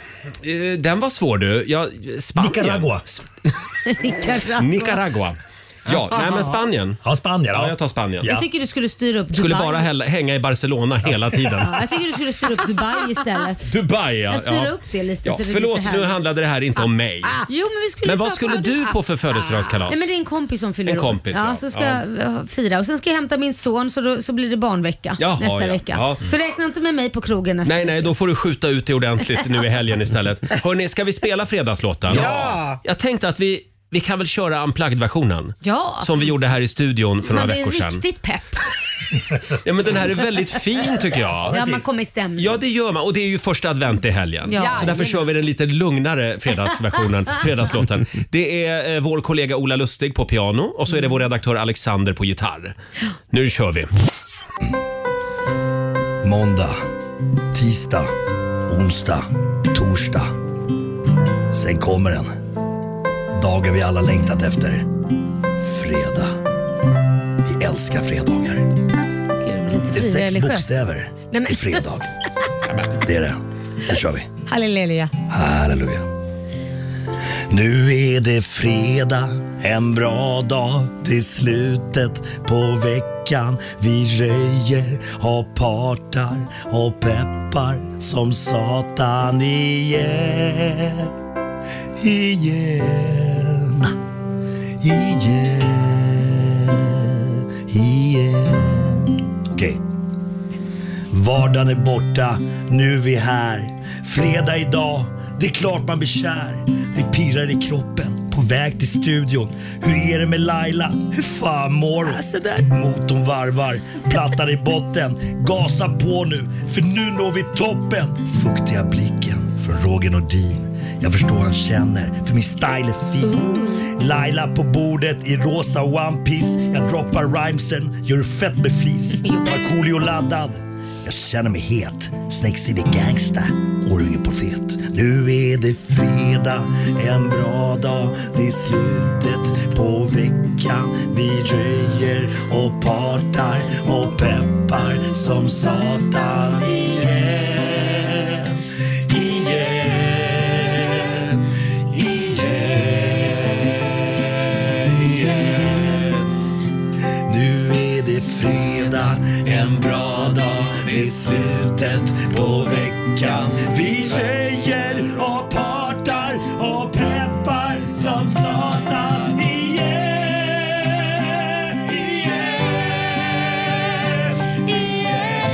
eh, den var svår du. Ja, Spanien. Nicaragua. Nicaragua. Nicaragua. Ja, nej men Spanien. Ja, Spanien. Ja, jag tar Spanien. Jag tycker du skulle styra upp Dubai. Skulle bara hälla, hänga i Barcelona hela tiden. Ja, jag tycker du skulle styra upp Dubai istället. Dubai, ja. Jag styr ja. upp det lite. Ja, så det är förlåt, lite nu härligt. handlade det här inte om mig. Jo, men vi skulle Men vad prata skulle om du det. på för födelsedagskalas? Nej, men det är en kompis som fyller En år. kompis, ja. ja. Så ska Ja. jag fira och sen ska jag hämta min son så, då, så blir det barnvecka Jaha, nästa ja. vecka. Ja. Så räkna inte med mig på krogen nästa Nej, nej, vecka. då får du skjuta ut det ordentligt nu i helgen istället. Hörrni, ska vi spela fredagslåten? Ja. Jag tänkte att vi, vi kan väl köra unplugged-versionen? Ja. Som vi gjorde här i studion för Så några man blir veckor sedan. riktigt pepp. Ja, men den här är väldigt fin tycker jag. Ja, man kommer i stämning. Ja, det gör man. Och det är ju första advent i helgen. Ja. Så därför kör vi den lite lugnare fredagsversionen, fredagslåten. Det är eh, vår kollega Ola Lustig på piano och så är det vår redaktör Alexander på gitarr. Nu kör vi. Måndag, tisdag, onsdag, torsdag. Sen kommer den. Dagen vi alla längtat efter. Fredag. Vi älskar fredagar. Gud, lite Det är sex frireligiös. bokstäver Nej, men- i fredag. Det är det. Nu kör vi. Halleluja. Halleluja. Nu är det fredag, en bra dag. Det är slutet på veckan. Vi röjer och partar och peppar som satan igen. Igen. Igen. Igen. Okej. Vardagen är borta, nu är vi här. Fredag idag, det är klart man blir kär. Det pirrar i kroppen, på väg till studion. Hur är det med Laila? Hur fan mår hon? Motorn varvar, plattan i botten. Gasa på nu, för nu når vi toppen. Fuktiga blicken från Roger Nordin. Jag förstår han känner, för min style är fin. Laila på bordet i rosa One Piece. Jag droppar rhymesen, gör fett med flis. Markoolio laddad. Jag känner mig het, Snake City gangsta, Orvinge profet. Nu är det fredag, en bra dag. Det är slutet på veckan. Vi röjer och partar och peppar som satan igen. Igen. Igen. Igen. Nu är det fredag, en bra dag. Det är slutet på veckan. Vi röjer och partar och peppar som satan igen. Igen. Igen.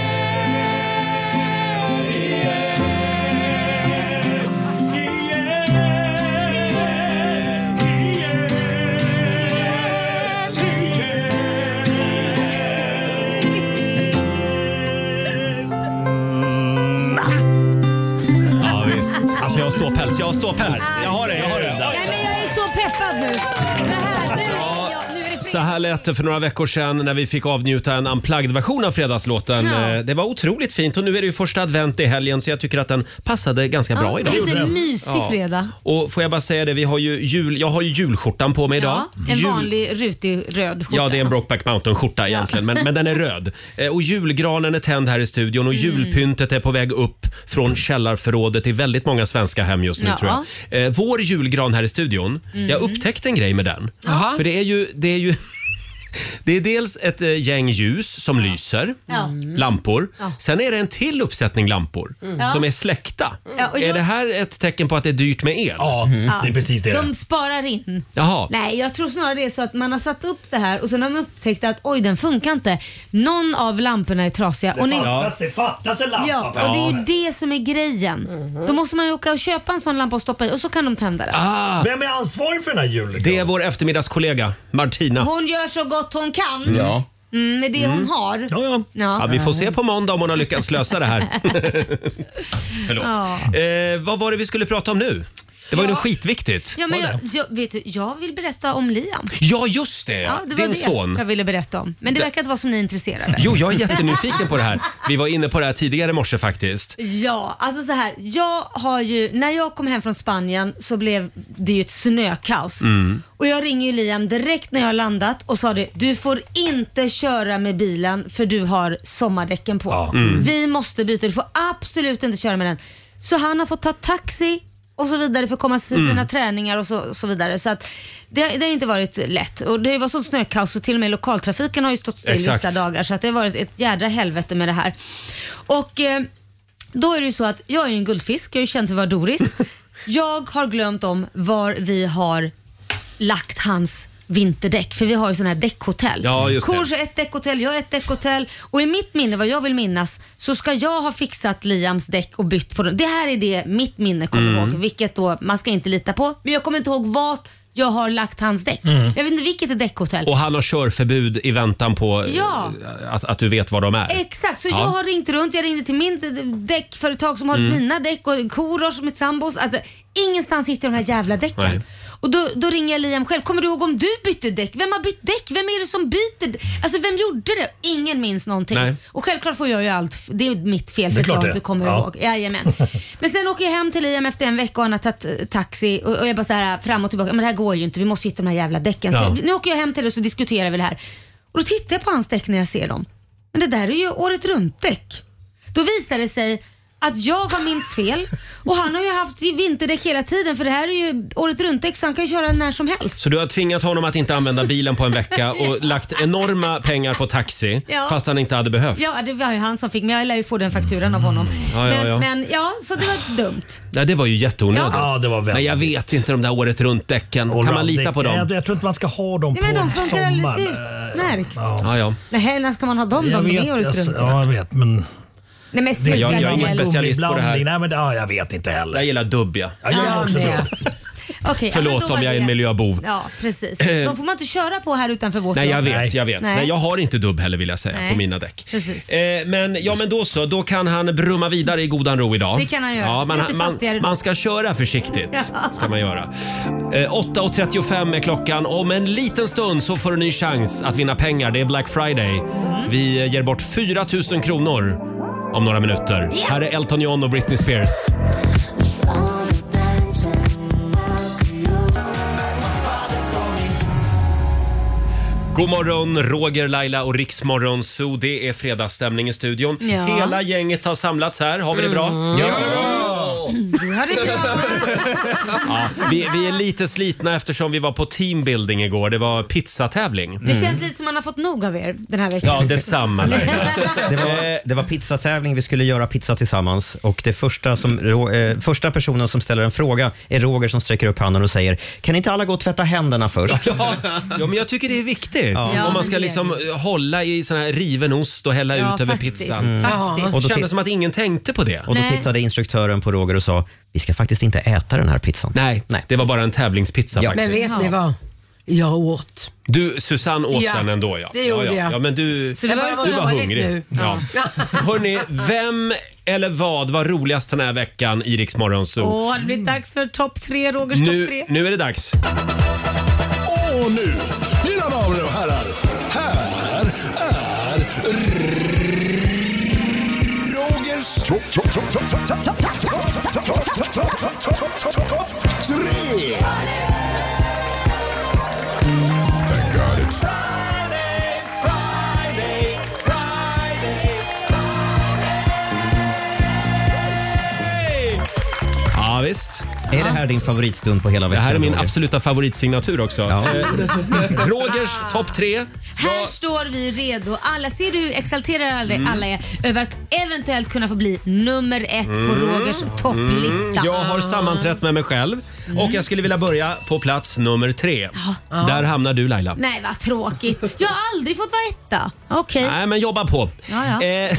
Ja, visst. Alltså jag har ståpäls, jag har ståpäls. Jag har det, jag har det. Nej, men jag är så peppad nu. Det här, nu, är jag, nu är det Så här lät det för några veckor sedan när vi fick avnjuta en unplugged-version av fredagslåten. Ja. Det var otroligt fint och nu är det ju första advent i helgen så jag tycker att den passade ganska bra idag. Lite mysig Ja. fredag. Och får jag bara säga det, vi har ju jul, jag har ju julskjortan på mig idag. Ja, en Jul- vanlig rutig röd skjorta. Ja, det är en Brokeback Mountain-skjorta egentligen, men, men den är röd. Eh, Och julgranen är tänd här i studion och Mm. julpyntet är på väg upp från källarförrådet i väldigt många svenska hem just nu Ja. tror jag. Eh, vår julgran här i studion, Mm. jag upptäckte en grej med den. Jaha. För det är ju... Det är ju Det är dels ett eh, gäng ljus som lyser, Ja. lampor. Ja. Sen är det en till uppsättning lampor Mm. som Ja. är släckta. Ja, och Är jag- det här ett tecken på att det är dyrt med el? Ja, Ja. precis De sparar in. Jaha. Nej, jag tror snarare det är så att man har satt upp det här och sen har man upptäckt att oj, den funkar inte. Någon av lamporna är trasiga. Det och ni... fattas, det fattas en lampa. Ja, och det är ju det som är grejen. Då måste man ju åka och köpa en sån lampa och stoppa i och så kan de tända den. Ah. Vem är ansvarig för den här julen? Det är vår eftermiddagskollega Martina. Hon gör så gott hon kan. Ja. Mm, med det Mm. hon har. Ja, ja. Ja, vi får se på måndag om hon har lyckats lösa det här. Förlåt. Ja. Eh, vad var det vi skulle prata om nu? Det var ju något skitviktigt. Ja, men jag, jag, vet du, jag vill berätta om Liam. Ja, just det. Ja, det var Din det son. jag ville berätta om. Men det verkar inte vara som ni är intresserade. Jo, jag är jättenyfiken på det här. Vi var inne på det här tidigare i morse faktiskt. Ja, alltså så här. Jag har ju, när jag kom hem från Spanien så blev det ju ett snökaos. Mm. Och jag ringer ju Liam direkt när jag har landat och sa det, du får inte köra med bilen för du har sommardäcken på. Ja. Mm. Vi måste byta, du får absolut inte köra med den. Så han har fått ta taxi och så vidare för att komma till sina Mm. träningar och så, så vidare. Så att det, det har inte varit lätt. Och det var sånt snökaos och till och med lokaltrafiken har ju stått still Exakt. vissa dagar. Så att det har varit ett jädra helvete med det här. Och eh, då är det ju så att jag är ju en guldfisk, jag är ju känd för att vara Doris. Jag har glömt om var vi har lagt hans vinterdäck, för vi har ju sån här däckhotell. Ja, just det. Kors har ett däckhotell, jag har ett däckhotell och i mitt minne, vad jag vill minnas, så ska jag ha fixat Liams däck och bytt på dem. Det här är det mitt minne kommer Mm. ihåg, vilket då man ska inte lita på. Men jag kommer inte ihåg vart jag har lagt hans däck. Mm. Jag vet inte vilket är däckhotell. Och han har körförbud i väntan på eh, Ja. att, att du vet var de är. Exakt, så Ja. jag har ringt runt. Jag ringde till min d- däckföretag som har Mm. mina däck och Korosh, mitt sambos. Alltså, ingenstans hittar de här jävla däcken. Nej. Och då, då ringer jag Liam själv. Kommer du ihåg om du bytte däck? Vem har bytt däck? Vem är det som byter? d- Alltså vem gjorde det? Ingen minns någonting. Nej. Och självklart får jag ju allt. Det är mitt fel Det är för att klart jag det. inte kommer Ja. ihåg. Jajamän. Men sen åker jag hem till Liam efter en vecka och han har tagit eh, taxi och, och jag bara så här fram och tillbaka. Men det här går ju inte. Vi måste hitta de här jävla däcken. Så Ja. jag, nu åker jag hem till det och så diskuterar vi det här. Och då tittar jag på hans däck när jag ser dem. Men det där är ju året runt-däck. Då visar det sig att jag har minst fel och han har ju haft vinterdäck hela tiden, för det här är ju året runt-däck så han kan ju köra när som helst. Så du har tvingat honom att inte använda bilen på en vecka och lagt enorma pengar på taxi Ja. fast han inte hade behövt. Ja, det var ju han som fick, men jag lär ju få den fakturan av honom. Ja, ja, men, ja. men ja, så det var dumt. Ja, det var ju jätteonödigt. Ja, det var väldigt. Men jag vet inte de där året runt-däcken. Kan man lita på dem? Jag, jag tror inte man ska ha dem Ja, på men de funkar alldeles sommaren. utmärkt. Ja. Ja, ja. Nej, när ska man ha dem? Jag De vet, är året jag, runt. ja, jag vet, men... Nej, men Det sluta jag- jag är Daniel. ingen specialist på det här. Nej, men det, ja, jag vet inte heller. Jag gillar dubb, ja. Ja, jag Ja, är också med. dubb. Okej, Förlåt ja, men då om var jag är en det- miljöbov. Ja, precis. De får man inte köra på här utanför vårt Nej, jag jobb. vet, jag vet. Nej. Nej, jag har inte dubb heller vill jag säga Nej. på mina däck. Precis. Eh, men, ja, men då så, då kan han brumma vidare i godan ro idag. Det kan han göra. Ja, man, Lite man, fattigare då. man ska köra försiktigt. Ja. Ska man göra. Eh, åtta och trettiofem är klockan. Om en liten stund så får du en ny chans att vinna pengar. Det är Black Friday. Mm. Vi ger bort fyra tusen kronor om några minuter. Ja. Här är Elton John och Britney Spears. God morgon, Roger, Laila och Riksmorgon Zoo. Det är fredagsstämning i studion. Ja. Hela gänget har samlats här. Har vi det bra? Ja! Du hade bra. Ja, vi, vi är lite slitna eftersom vi var på teambuilding igår. Det var pizzatävling. Det känns lite som man har fått nog av er den här veckan. Ja, detsamma Laila. Det var, det var pizzatävling, vi skulle göra pizza tillsammans och det första, som, eh, första personen som ställer en fråga är Roger som sträcker upp handen och säger: kan inte alla gå och tvätta händerna först? Ja, ja, men jag tycker det är viktigt. Ja, Om man men ska det är liksom hålla i sån här riven ost och hälla Ja, ut över faktiskt. pizzan. Mm. Faktiskt. Och Och det då kändes ti- som att ingen tänkte på det. Och då Nej. tittade instruktören på Roger och sa: vi ska faktiskt inte äta den här pizzan. Nej, det var bara en tävlingspizza Ja. faktiskt. Men vet ni vad? Jag åt. Du, Susanne åt Ja, den ändå ja. det gjorde ja, ja. jag. Ja, men du, Så det var du var dåligt hungrig. nu. Ja. Hörrni, vem eller vad var roligast den här veckan i Rix Morgon Zoo? Åh, det blir dags för topp tre, Rogers topp Nu, tre. nu är det dags. Och nu, mina damer och herrar, Rogers tre. Thank God it's Friday, Friday, Friday, Friday. Ja, visst. Är det här din favoritstund på hela veckan? Det här är min Roger? absoluta favoritsignatur också. Ja. Eh, Rogers topp tre. Här står vi redo. Alla, ser du hur exalterade alla, Mm. alla är över att eventuellt kunna få bli nummer ett Mm. på Rogers topplista. Jag har sammanträtt med mig själv och jag skulle vilja börja på plats nummer tre. Ja. Där hamnar du, Laila. Nej, vad tråkigt. Jag har aldrig fått vara etta. Okej. Nej, men jobba på. Ja, ja. Eh,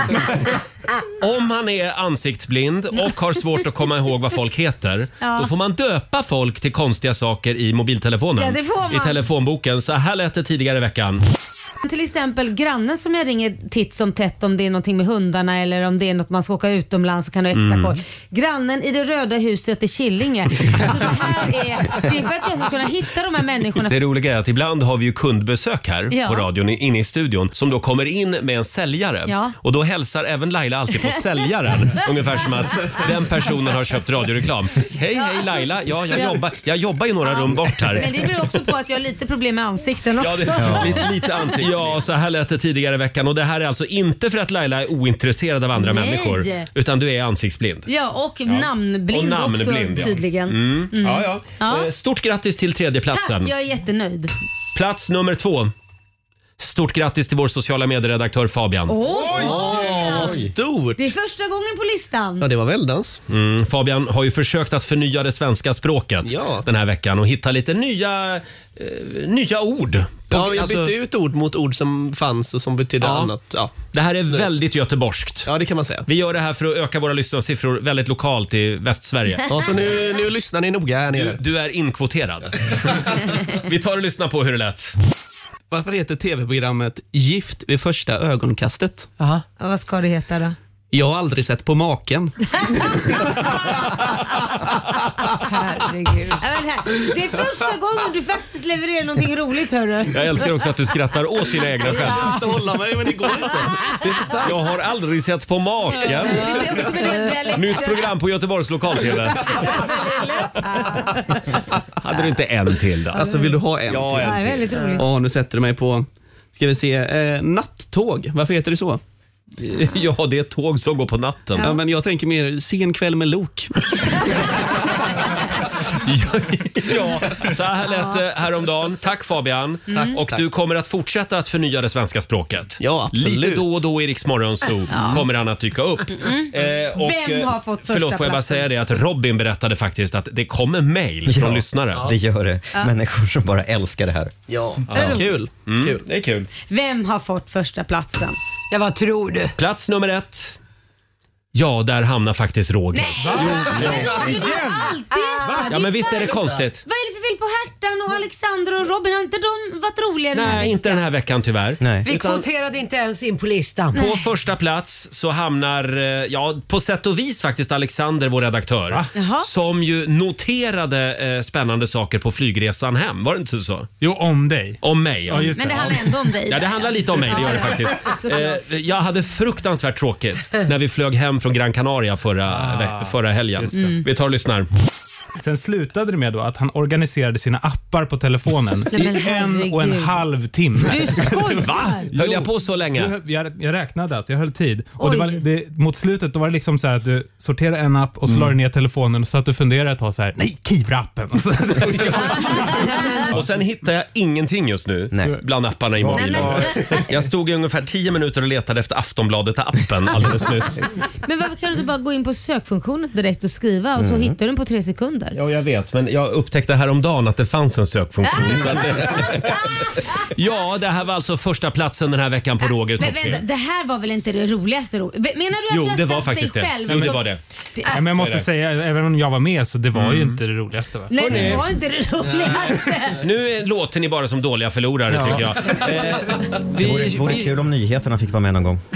om man är ansiktsblind och har svårt att komma ihåg vad folk heter, Ja. då får man döpa folk till konstiga saker i mobiltelefonen. Ja, det får man. I telefonboken. Så här lät det tidigare i veckan. Till exempel grannen som jag ringer titt som tätt om det är någonting med hundarna eller om det är något man ska åka utomlands och kan ha extra Mm. koll. Grannen i det röda huset i Killinge. Alltså det här är, det är för att jag ska kunna hitta de här människorna. Det roliga är att ibland har vi ju kundbesök här Ja. på radion inne i studion som då kommer in med en säljare. Ja. Och då hälsar även Laila alltid på säljaren. Ungefär som att den personen har köpt radioreklam. Hej, hej Laila. Ja, jag, Ja. jobbar, jag jobbar i några rum bort här. Men det beror också på att jag har lite problem med ansikten också. Ja, det, lite, lite ansikte. Ja, så här lät det tidigare i veckan. Och det här är alltså inte för att Laila är ointresserad av andra Nej. människor. Utan du är ansiktsblind. Ja, och namnblind, Och namnblind, också ja. tydligen. Mm. Mm. Ja, ja. Ja. Eh, Stort grattis till tredjeplatsen. Tack, jag är jättenöjd. Plats nummer två. Stort grattis till vår sociala medieredaktör Fabian. Oj! Vad stort! Det är första gången på listan. Ja, det var väldans. Mm, Fabian har ju försökt att förnya det svenska språket Ja. den här veckan och hitta lite nya, eh, nya ord. Ja, jag Alltså- bytte ut ord mot ord som fanns och som betydde Ja. annat. Ja. Det här är väldigt göteborgskt. Ja, det kan man säga. Vi gör det här för att öka våra lyssnarsiffror väldigt lokalt i Västsverige. Ja, så nu, nu lyssnar ni noga här Du, nere. du är inkvoterad. Vi tar och lyssnar på hur det lät. Varför heter tv-programmet Gift vid första ögonkastet? Ja, vad ska det heta då? Jag har aldrig sett på maken. Herregud. Ja, men här, det är första gången du faktiskt levererar någonting roligt, hörru. Jag älskar också att du skrattar åt dina egna skämt. Jag måste hålla mig, men det går inte. Det är så starkt. Jag har aldrig sett på maken. Nytt program på Göteborgs lokal-tv. Hade du inte en till då? Alltså, vill du ha en Ja, till? en Ja, till. väldigt roligt. Ja, nu sätter du mig på, ska vi se, eh, nattåg. Varför heter det så? Ja, det är ett tåg som går på natten. Ja, men jag tänker mer sen kväll med Lok. Ja, så här lät det häromdagen. Tack Fabian. Mm. Och Tack. du kommer att fortsätta att förnya det svenska språket. Ja, absolut. Lite då och då i Rix Morgon Zoo kommer han att dyka upp. Eh, och, Vem har eh, fått första Förlåt, får jag bara platsen? säga det att Robin berättade faktiskt att det kommer mejl från lyssnare. Det gör det. Människor som bara älskar det här. Ja, Ja. kul. Mm, kul. det är kul. Vem har fått första platsen? Ja, vad tror du? Plats nummer ett. Ja, där hamnar faktiskt Roger. Nej! Alltid! Ja, men visst är det konstigt. Vad är det för fel på Hertan och Alexander och Robin? Har inte de varit roliga den här Nej, veckan? inte den här veckan tyvärr. Nej. Vi kvoterade inte ens in på listan. På första plats så hamnar, eh, ja på sätt och vis faktiskt Alexander, vår redaktör. Jaha. Som ju noterade eh, spännande saker på flygresan hem. Var det inte så? Jo, om dig. Om mig, ja. Ja, just Men det handlar ändå om dig. Ja, det handlar lite om mig, det gör det faktiskt. Såklart. Eh, jag hade fruktansvärt tråkigt när vi flög hem från Gran Canaria förra, ve- förra helgen. just det. Mm. Vi tar och lyssnar. Sen slutade det med då att han organiserade sina appar på telefonen Nej, men i en och en herregud. halv timme. Du skojar! Va? Höll jag på så länge? Jag, jag, jag räknade alltså, jag höll tid. Och det Oj. var, det, mot slutet då var det liksom så här att du sorterade en app och så Mm. la du ner telefonen och så att du funderade ett tag så här: nej, Kivra-appen. Och så- Och sen hittar jag ingenting just nu Nej. bland apparna i mobilen. Jag stod i ungefär tio minuter och letade efter Aftonbladet-appen alldeles nyss. Men varför kan du inte bara gå in på sökfunktionen direkt och skriva och så Mm. hittar du den på tre sekunder? Ja, jag vet. Men jag upptäckte häromdagen att det fanns en sökfunktion. Så att det... Ja, det här var alltså första platsen den här veckan på Roger Men topp vänta, tre. det här var väl inte det roligaste? ro- Menar du att Jo, du har det var satt faktiskt dig det. själv? Jo, det så- var det. Det- Ja, men jag måste det. säga, även om jag var med så det var Mm. ju inte det roligaste. Va? Nej, Hörrni. det var inte det roligaste. Nu är- låter ni bara som dåliga förlorare Ja. tycker jag. Eh, Det vore, vi, vore vi, kul om nyheterna fick vara med någon gång.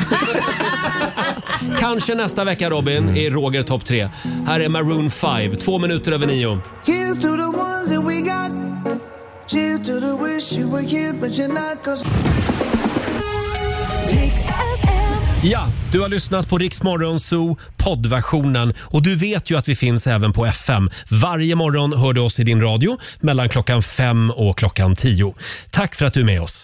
kanske nästa vecka Robin i Roger topp tre. Här är Maroon fem, två minuter över nio. Here's to the ones that we got. Cheers to the wish you were here, but you're not. 'Cause Det Ja, du har lyssnat på Rix Morgon Zoo poddversionen och du vet ju att vi finns även på F M. Varje morgon hör du oss i din radio mellan klockan fem och klockan tio. Tack för att du är med oss.